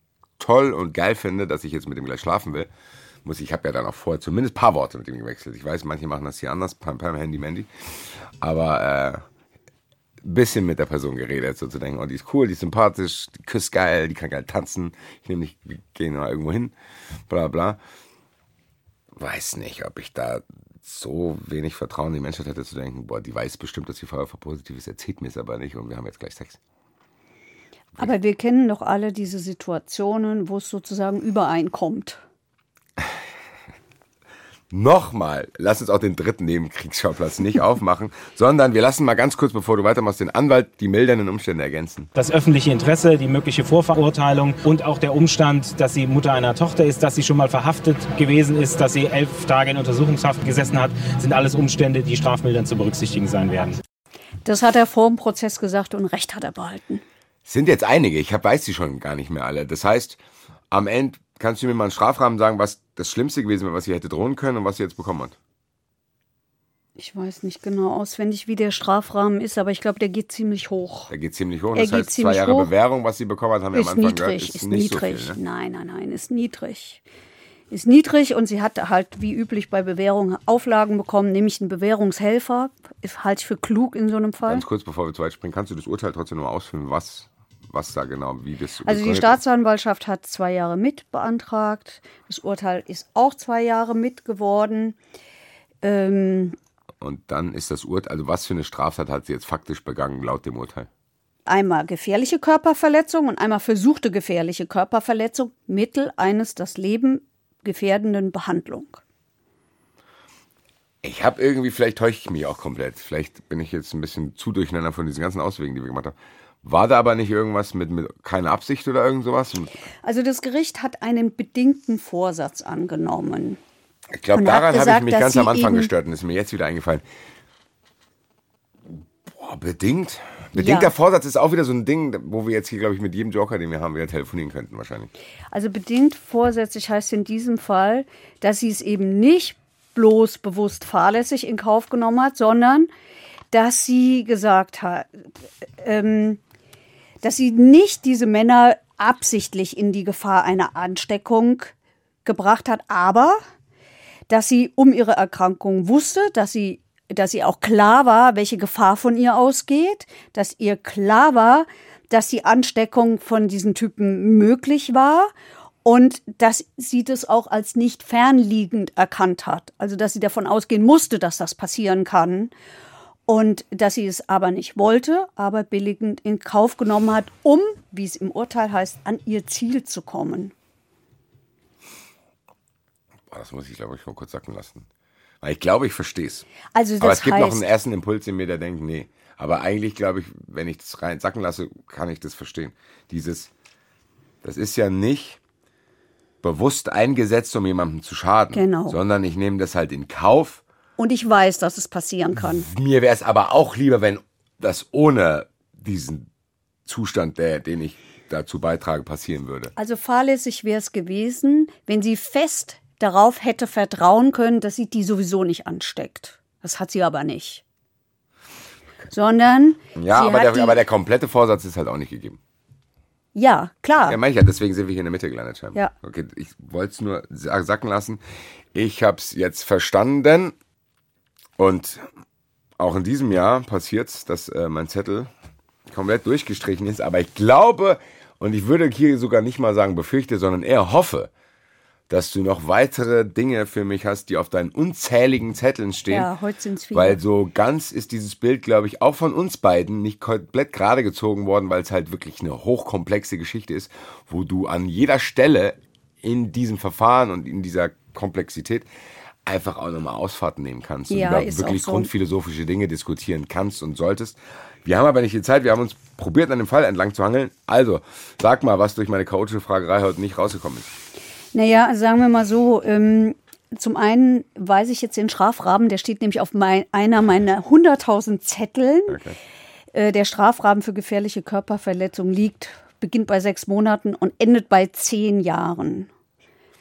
toll und geil finde, dass ich jetzt mit ihm gleich schlafen will, ich habe ja dann auch vorher zumindest ein paar Worte mit ihm gewechselt. Ich weiß, manche machen das hier anders, beim Handy-Mandy. Aber ein bisschen mit der Person geredet, so zu denken, oh, die ist cool, die ist sympathisch, die küsst geil, die kann geil tanzen. Ich nehme dich, wir gehen mal irgendwo hin, bla bla. Weiß nicht, ob ich da so wenig Vertrauen in die Menschheit hätte, zu denken, boah, die weiß bestimmt, dass sie vorher positiv ist, erzählt mir es aber nicht und wir haben jetzt gleich Sex. Aber wir kennen doch alle diese Situationen, wo es sozusagen übereinkommt. Nochmal, lass uns auch den dritten Nebenkriegsschauplatz nicht aufmachen, sondern wir lassen mal ganz kurz, bevor du weitermachst, den Anwalt die mildernden Umstände ergänzen. Das öffentliche Interesse, die mögliche Vorverurteilung und auch der Umstand, dass sie Mutter einer Tochter ist, dass sie schon mal verhaftet gewesen ist, dass sie 11 Tage in Untersuchungshaft gesessen hat, sind alles Umstände, die strafmildernd zu berücksichtigen sein werden. Das hat er vor dem Prozess gesagt und Recht hat er behalten. Sind jetzt einige, ich weiß die schon gar nicht mehr alle. Das heißt, am Ende kannst du mir mal einen Strafrahmen sagen, was das Schlimmste gewesen wäre, was sie hätte drohen können und was sie jetzt bekommen hat? Ich weiß nicht genau auswendig, wie der Strafrahmen ist, aber ich glaube, der geht ziemlich hoch. Der geht ziemlich hoch. Das heißt, 2 Jahre hoch. Bewährung, was sie bekommen hat, haben wir am Anfang gehört, ist nicht niedrig. So viel, ne? Nein, ist niedrig. Ist niedrig und sie hat halt wie üblich bei Bewährung Auflagen bekommen, nämlich einen Bewährungshelfer. Halte ich für klug in so einem Fall. Ganz kurz, bevor wir zu weit springen, kannst du das Urteil trotzdem noch ausführen, was da genau, wie das... Also die Staatsanwaltschaft hat 2 Jahre mit beantragt. Das Urteil ist auch 2 Jahre mit geworden. Und dann ist das Urteil, also was für eine Straftat hat sie jetzt faktisch begangen, laut dem Urteil? Einmal gefährliche Körperverletzung und einmal versuchte gefährliche Körperverletzung mittel eines das Leben gefährdenden Behandlung. Ich habe irgendwie, vielleicht täusche ich mich auch komplett. Vielleicht bin ich jetzt ein bisschen zu durcheinander von diesen ganzen Auswegen, die wir gemacht haben. War da aber nicht irgendwas mit keine Absicht oder irgend sowas? Also das Gericht hat einen bedingten Vorsatz angenommen. Ich glaube, daran habe ich mich ganz am Anfang gestört und ist mir jetzt wieder eingefallen. Boah, bedingt? Bedingter Vorsatz ist auch wieder so ein Ding, wo wir jetzt hier, glaube ich, mit jedem Joker, den wir haben, wieder telefonieren könnten wahrscheinlich. Also bedingt vorsätzlich heißt in diesem Fall, dass sie es eben nicht bloß bewusst fahrlässig in Kauf genommen hat, sondern dass sie gesagt hat, dass sie nicht diese Männer absichtlich in die Gefahr einer Ansteckung gebracht hat, aber dass sie um ihre Erkrankung wusste, dass sie auch klar war, welche Gefahr von ihr ausgeht, dass ihr klar war, dass die Ansteckung von diesen Typen möglich war und dass sie das auch als nicht fernliegend erkannt hat. Also dass sie davon ausgehen musste, dass das passieren kann. Und dass sie es aber nicht wollte, aber billigend in Kauf genommen hat, um, wie es im Urteil heißt, an ihr Ziel zu kommen. Das muss ich, glaube ich, mal kurz sacken lassen. Weil ich glaube, ich verstehe es. Also aber es gibt noch einen ersten Impuls in mir, der denkt, nee. Aber eigentlich, glaube ich, wenn ich das rein sacken lasse, kann ich das verstehen. Das ist ja nicht bewusst eingesetzt, um jemandem zu schaden. Genau. Sondern ich nehme das halt in Kauf. Und ich weiß, dass es passieren kann. Mir wäre es aber auch lieber, wenn das ohne diesen Zustand, den ich dazu beitrage, passieren würde. Also fahrlässig wäre es gewesen, wenn sie fest darauf hätte vertrauen können, dass sie die sowieso nicht ansteckt. Das hat sie aber nicht. Sondern ja, aber der komplette Vorsatz ist halt auch nicht gegeben. Ja, klar. Ja, meine ich ja, deswegen sind wir hier in der Mitte gelandet scheinbar. Ja. Okay, ich wollte es nur sacken lassen. Ich habe es jetzt verstanden. Und auch in diesem Jahr passiert es, dass mein Zettel komplett durchgestrichen ist. Aber ich glaube, und ich würde hier sogar nicht mal sagen befürchte, sondern eher hoffe, dass du noch weitere Dinge für mich hast, die auf deinen unzähligen Zetteln stehen. Ja, heute sind es viele. Weil so ganz ist dieses Bild, glaube ich, auch von uns beiden nicht komplett gerade gezogen worden, weil es halt wirklich eine hochkomplexe Geschichte ist, wo du an jeder Stelle in diesem Verfahren und in dieser Komplexität einfach auch nochmal Ausfahrten nehmen kannst und über wirklich grundphilosophische Dinge diskutieren kannst und solltest. Wir haben aber nicht die Zeit, wir haben uns probiert, an dem Fall entlang zu hangeln. Also, sag mal, was durch meine chaotische Fragerei heute nicht rausgekommen ist. Naja, also sagen wir mal so, zum einen weiß ich jetzt den Strafrahmen, der steht nämlich auf einer meiner 100.000 Zetteln. Okay. Der Strafrahmen für gefährliche Körperverletzung beginnt bei 6 Monaten und endet bei 10 Jahren.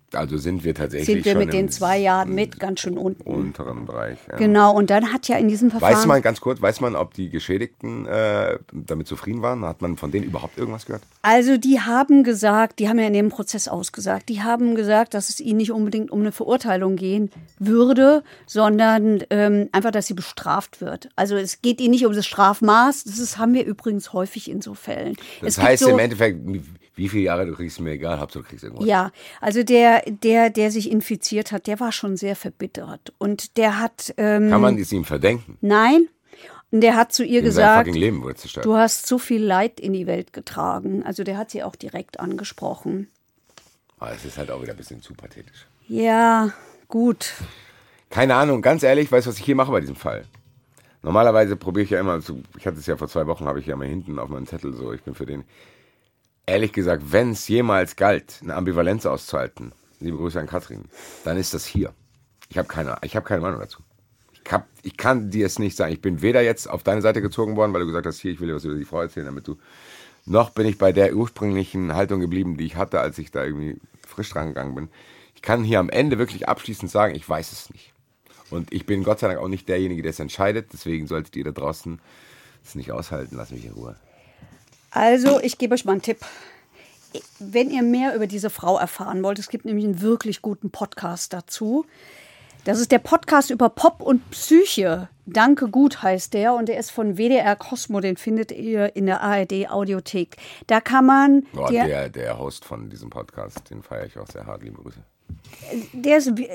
Also sind wir tatsächlich sind wir schon mit den 2 Jahren mit ganz schön unten. Unteren Bereich. Ja. Genau, und dann hat ja in diesem Verfahren... Weiß man, ob die Geschädigten damit zufrieden waren? Hat man von denen überhaupt irgendwas gehört? Also die haben gesagt, die haben ja in dem Prozess ausgesagt, die haben gesagt, dass es ihnen nicht unbedingt um eine Verurteilung gehen würde, sondern einfach, dass sie bestraft wird. Also es geht ihnen nicht um das Strafmaß, haben wir übrigens häufig in so Fällen. Das heißt im Endeffekt, wie viele Jahre du kriegst, mir egal, Hauptsache du kriegst irgendwas. Ja, also der sich infiziert hat, der war schon sehr verbittert. Und der hat... Kann man es ihm verdenken? Nein. Und der hat zu ihr gesagt, sein Leben wurde zerstört. Du hast so viel Leid in die Welt getragen. Also der hat sie auch direkt angesprochen. Aber es ist halt auch wieder ein bisschen zu pathetisch. Ja, gut. Keine Ahnung, ganz ehrlich, weißt du, was ich hier mache bei diesem Fall? Normalerweise probiere ich ja immer, ich hatte es ja vor 2 Wochen, habe ich ja mal hinten auf meinem Zettel so, ich bin für den... Ehrlich gesagt, wenn es jemals galt, eine Ambivalenz auszuhalten, liebe Grüße an Katrin, dann ist das hier. Ich habe keine Meinung dazu. Ich kann dir es nicht sagen. Ich bin weder jetzt auf deine Seite gezogen worden, weil du gesagt hast, hier, ich will dir was über die Frau erzählen, noch bin ich bei der ursprünglichen Haltung geblieben, die ich hatte, als ich da irgendwie frisch dran gegangen bin. Ich kann hier am Ende wirklich abschließend sagen, ich weiß es nicht. Und ich bin Gott sei Dank auch nicht derjenige, der es entscheidet. Deswegen solltet ihr da draußen es nicht aushalten. Lasst mich in Ruhe. Also, ich gebe euch mal einen Tipp. Wenn ihr mehr über diese Frau erfahren wollt, es gibt nämlich einen wirklich guten Podcast dazu. Das ist der Podcast über Pop und Psyche. Danke gut heißt der und der ist von WDR Cosmo, den findet ihr in der ARD Audiothek. Da kann man... Der Host von diesem Podcast, den feiere ich auch sehr hart, liebe Grüße. Der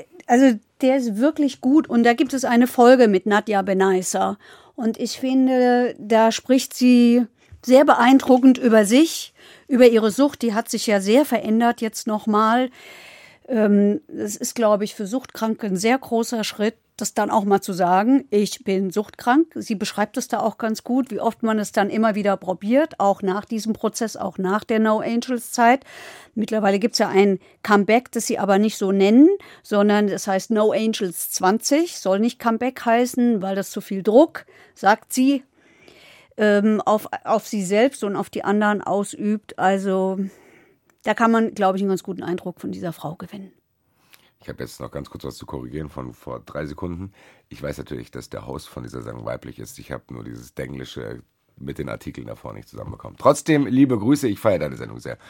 ist wirklich gut und da gibt es eine Folge mit Nadja Benaissa. Und ich finde, da spricht sie sehr beeindruckend über sich, über ihre Sucht. Die hat sich ja sehr verändert jetzt nochmal. Das ist, glaube ich, für Suchtkranke ein sehr großer Schritt, das dann auch mal zu sagen, ich bin suchtkrank. Sie beschreibt es da auch ganz gut, wie oft man es dann immer wieder probiert, auch nach diesem Prozess, auch nach der No Angels Zeit. Mittlerweile gibt es ja ein Comeback, das sie aber nicht so nennen, sondern es heißt No Angels 20, soll nicht Comeback heißen, weil das zu viel Druck, sagt sie, auf sie selbst und auf die anderen ausübt. Also da kann man, glaube ich, einen ganz guten Eindruck von dieser Frau gewinnen. Ich habe jetzt noch ganz kurz was zu korrigieren von vor 3 Sekunden. Ich weiß natürlich, dass der Host von dieser Sendung weiblich ist. Ich habe nur dieses Denglische mit den Artikeln davor nicht zusammenbekommen. Trotzdem, liebe Grüße, ich feiere deine Sendung sehr.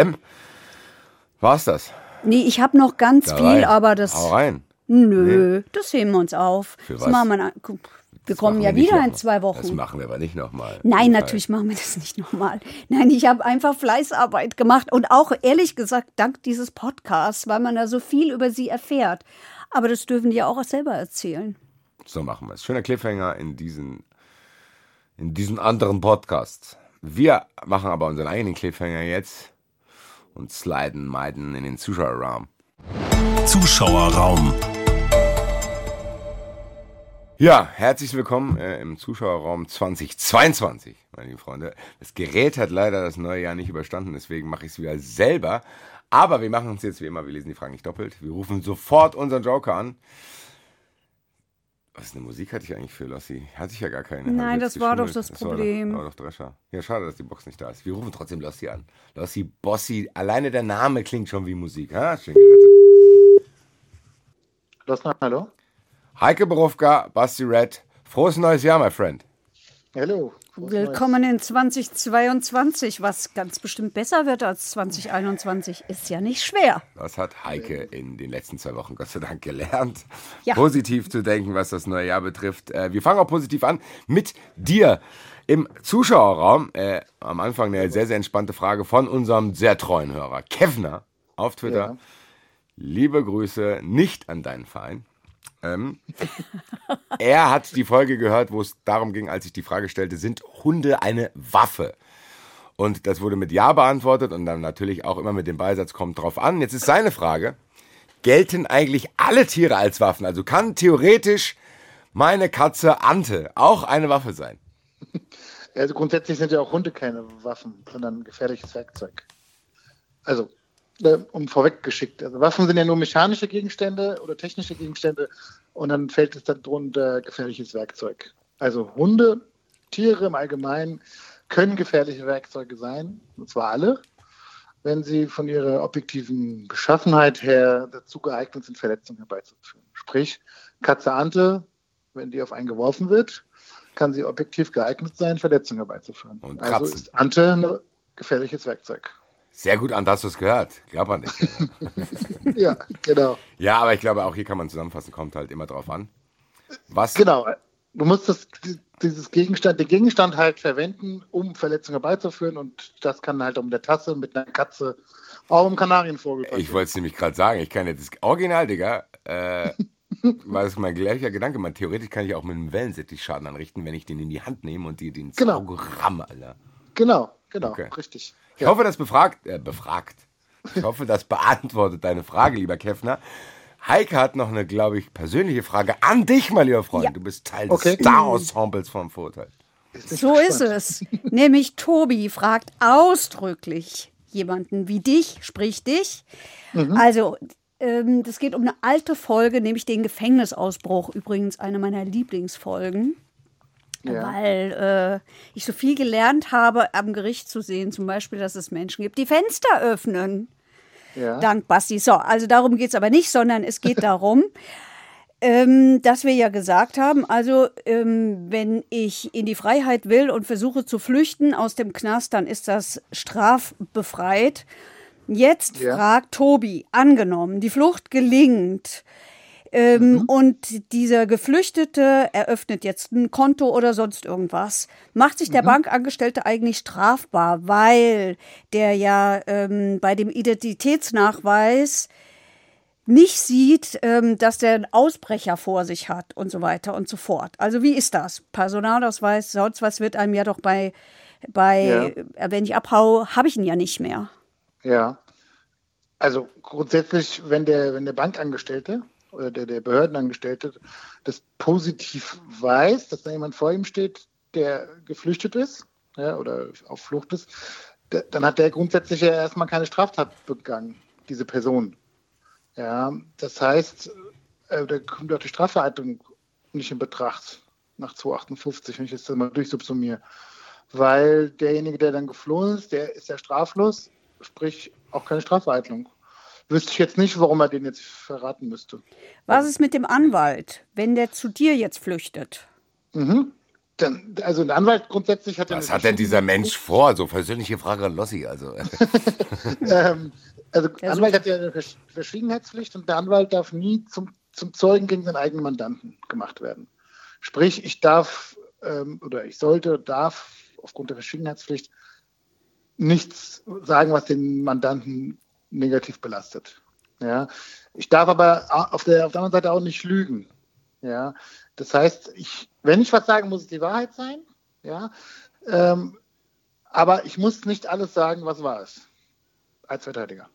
War's das? Nee, ich habe noch ganz da viel, rein. aber das... Hau rein. Nö, nee. Das heben wir uns auf. Für das was? machen wir, wir kommen ja wieder in 2 Wochen. Das machen wir aber nicht nochmal. Nein, natürlich machen wir das nicht nochmal. Nein, ich habe einfach Fleißarbeit gemacht und auch ehrlich gesagt dank dieses Podcasts, weil man da so viel über sie erfährt. Aber das dürfen die ja auch selber erzählen. So machen wir es. Schöner Cliffhanger in diesen anderen Podcasts. Wir machen aber unseren eigenen Cliffhanger jetzt und sliden meiden in den Zuschauerraum. Zuschauerraum. Ja, herzlich willkommen im Zuschauerraum 2022, meine lieben Freunde. Das Gerät hat leider das neue Jahr nicht überstanden, deswegen mache ich es wieder selber. Aber wir machen es jetzt wie immer, wir lesen die Fragen nicht doppelt. Wir rufen sofort unseren Joker an. Was eine Musik hatte ich eigentlich für Lossi? Hatte ich ja gar keine. Nein, das war doch das Problem. Das war doch Drescher. Ja, schade, dass die Box nicht da ist. Wir rufen trotzdem Lossi an. Lossi, Bossi, alleine der Name klingt schon wie Musik. Ha? Schön gerettet. Lossi, hallo? Heike Borufka, Basti Red. Frohes neues Jahr, my friend. Hallo. Willkommen in 2022, was ganz bestimmt besser wird als 2021. Ist ja nicht schwer. Das hat Heike in den letzten 2 Wochen Gott sei Dank gelernt. Ja. Positiv zu denken, was das neue Jahr betrifft. Wir fangen auch positiv an mit dir im Zuschauerraum. Am Anfang eine sehr, sehr entspannte Frage von unserem sehr treuen Hörer Kevner auf Twitter. Ja. Liebe Grüße nicht an deinen Verein. Er hat die Folge gehört, wo es darum ging, als ich die Frage stellte, sind Hunde eine Waffe? Und das wurde mit Ja beantwortet und dann natürlich auch immer mit dem Beisatz, kommt drauf an. Jetzt ist seine Frage, gelten eigentlich alle Tiere als Waffen? Also kann theoretisch meine Katze Ante auch eine Waffe sein? Also grundsätzlich sind ja auch Hunde keine Waffen, sondern ein gefährliches Werkzeug. Also vorweggeschickt. Also Waffen sind ja nur mechanische Gegenstände oder technische Gegenstände und dann fällt es dann drunter gefährliches Werkzeug. Also Hunde, Tiere im Allgemeinen können gefährliche Werkzeuge sein, und zwar alle. wenn sie von ihrer objektiven Beschaffenheit her dazu geeignet sind, Verletzungen herbeizuführen. Sprich, Katze Ante, wenn die auf einen geworfen wird, kann sie objektiv geeignet sein, Verletzungen herbeizuführen. Und also ist Ante ein gefährliches Werkzeug. Sehr gut, an das du es gehört. Glaubt man nicht. Ja, genau. Ja, aber ich glaube, auch hier kann man zusammenfassen, kommt halt immer drauf an. Was? Genau. Du musst den Gegenstand halt verwenden, um Verletzungen herbeizuführen, und das kann halt um der Tasse mit einer Katze auch im Kanarienvogel passieren. Ich wollte es nämlich gerade sagen, ich kann jetzt das Original, Digga, war das mein gleicher Gedanke, theoretisch kann ich auch mit einem Wellensittich Schaden anrichten, wenn ich den in die Hand nehme und die ins Auge ramme, Alter. Genau, Okay. Richtig. Ich hoffe, das befragt. Ich hoffe, das beantwortet deine Frage, lieber Keffner. Heike hat noch eine, glaube ich, persönliche Frage an dich, mein lieber Freund. Ja. Du bist Teil des Star-Ensembles vom Vorurteil. So ist es. Nämlich Tobi fragt ausdrücklich jemanden wie dich, sprich dich. Also, das geht um eine alte Folge, nämlich den Gefängnisausbruch. Übrigens eine meiner Lieblingsfolgen. Ja. Weil ich so viel gelernt habe, am Gericht zu sehen, zum Beispiel, dass es Menschen gibt, die Fenster öffnen. Ja. Dank Basti. So, also darum geht es aber nicht, sondern es geht darum, dass wir ja gesagt haben, also wenn ich in die Freiheit will und versuche zu flüchten aus dem Knast, dann ist das strafbefreit. Jetzt fragt Tobi, angenommen, die Flucht gelingt, und dieser Geflüchtete eröffnet jetzt ein Konto oder sonst irgendwas. Macht sich der Bankangestellte eigentlich strafbar, weil der ja bei dem Identitätsnachweis nicht sieht, dass der einen Ausbrecher vor sich hat und so weiter und so fort. Also wie ist das? Personalausweis, sonst was wird einem ja doch wenn ich abhaue, habe ich ihn ja nicht mehr. Ja, also grundsätzlich, wenn der Bankangestellte oder der Behördenangestellte das positiv weiß, dass da jemand vor ihm steht, der geflüchtet ist, oder auf Flucht ist, dann hat der grundsätzlich ja erstmal keine Straftat begangen, diese Person. Ja, das heißt, da kommt auch die Strafvereitlung nicht in Betracht nach 258, wenn ich jetzt mal durchsubsumiere. Weil derjenige, der dann geflohen ist, der ist ja straflos, sprich auch keine Strafvereitlung. Wüsste ich jetzt nicht, warum er den jetzt verraten müsste. Was ist mit dem Anwalt, wenn der zu dir jetzt flüchtet? Also ein Anwalt grundsätzlich hat... Was hat denn dieser Mensch vor? So persönliche Frage an Lossi. Also der Anwalt hat ja eine Verschwiegenheitspflicht, und der Anwalt darf nie zum Zeugen gegen seinen eigenen Mandanten gemacht werden. Sprich, ich darf aufgrund der Verschwiegenheitspflicht nichts sagen, was den Mandanten negativ belastet. Ja. Ich darf aber auf der anderen Seite auch nicht lügen. Ja. Das heißt, wenn ich was sagen, muss es die Wahrheit sein. Ja. Aber ich muss nicht alles sagen, was wahr ist. Als Verteidiger.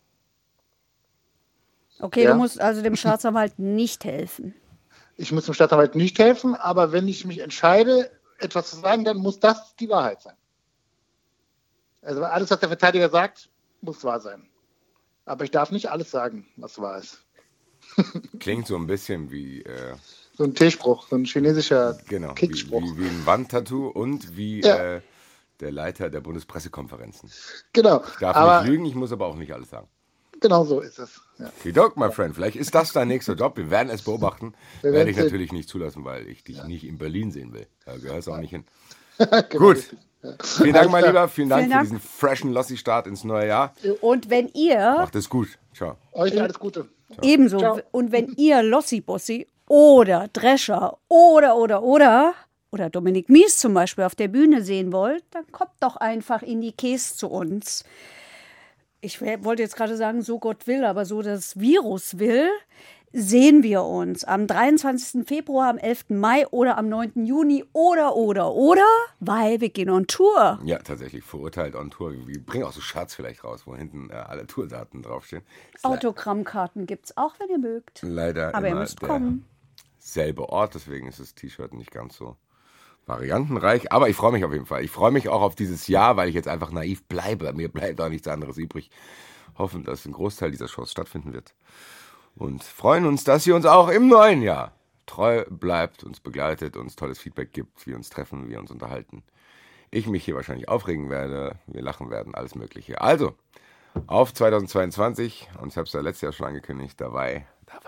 Okay, du musst also dem Staatsanwalt nicht helfen. Ich muss dem Staatsanwalt nicht helfen, aber wenn ich mich entscheide, etwas zu sagen, dann muss das die Wahrheit sein. Also alles, was der Verteidiger sagt, muss wahr sein. Aber ich darf nicht alles sagen, was wahr ist. Klingt so ein bisschen wie... so ein T-Spruch, so ein chinesischer Kickspruch. Wie ein Wandtattoo und wie der Leiter der Bundespressekonferenzen. Genau. Ich darf nicht lügen, ich muss aber auch nicht alles sagen. Genau so ist es. Ja. Vielen my friend. Vielleicht ist das dein nächster Job. Wir werden es beobachten. Werde ich natürlich nicht zulassen, weil ich dich nicht in Berlin sehen will. Da gehörst du auch nicht hin. Genau. Gut. Ja. Vielen Dank, mein Lieber. Vielen Dank für diesen freshen Lossi-Start ins neue Jahr. Und wenn ihr... Macht es gut. Ciao. Euch alles Gute. Ciao. Ebenso. Ciao. Und wenn ihr Lossi-Bossi oder Drescher oder Dominik Mies zum Beispiel auf der Bühne sehen wollt, dann kommt doch einfach in die Käse zu uns. Ich wollte jetzt gerade sagen, so Gott will, aber so das Virus will, sehen wir uns am 23. Februar, am 11. Mai oder am 9. Juni oder, weil wir gehen on Tour. Ja, tatsächlich, verurteilt on Tour. Wir bringen auch so Shirts vielleicht raus, wo hinten alle Tourdaten draufstehen. Autogrammkarten gibt's auch, wenn ihr mögt. Leider aber immer ihr müsst kommen. Selbe Ort, deswegen ist das T-Shirt nicht ganz so variantenreich. Aber ich freue mich auf jeden Fall. Ich freue mich auch auf dieses Jahr, weil ich jetzt einfach naiv bleibe. Mir bleibt auch nichts anderes übrig. Hoffen, dass ein Großteil dieser Shows stattfinden wird. Und freuen uns, dass ihr uns auch im neuen Jahr treu bleibt, uns begleitet, uns tolles Feedback gibt, wir uns treffen, wir uns unterhalten. Ich mich hier wahrscheinlich aufregen werde, wir lachen werden, alles Mögliche. Also, auf 2022. Und ich habe es ja letztes Jahr schon angekündigt, dabei.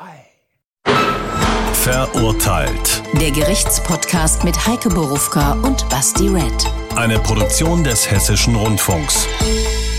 Verurteilt. Der Gerichtspodcast mit Heike Borufka und Basti Red. Eine Produktion des Hessischen Rundfunks.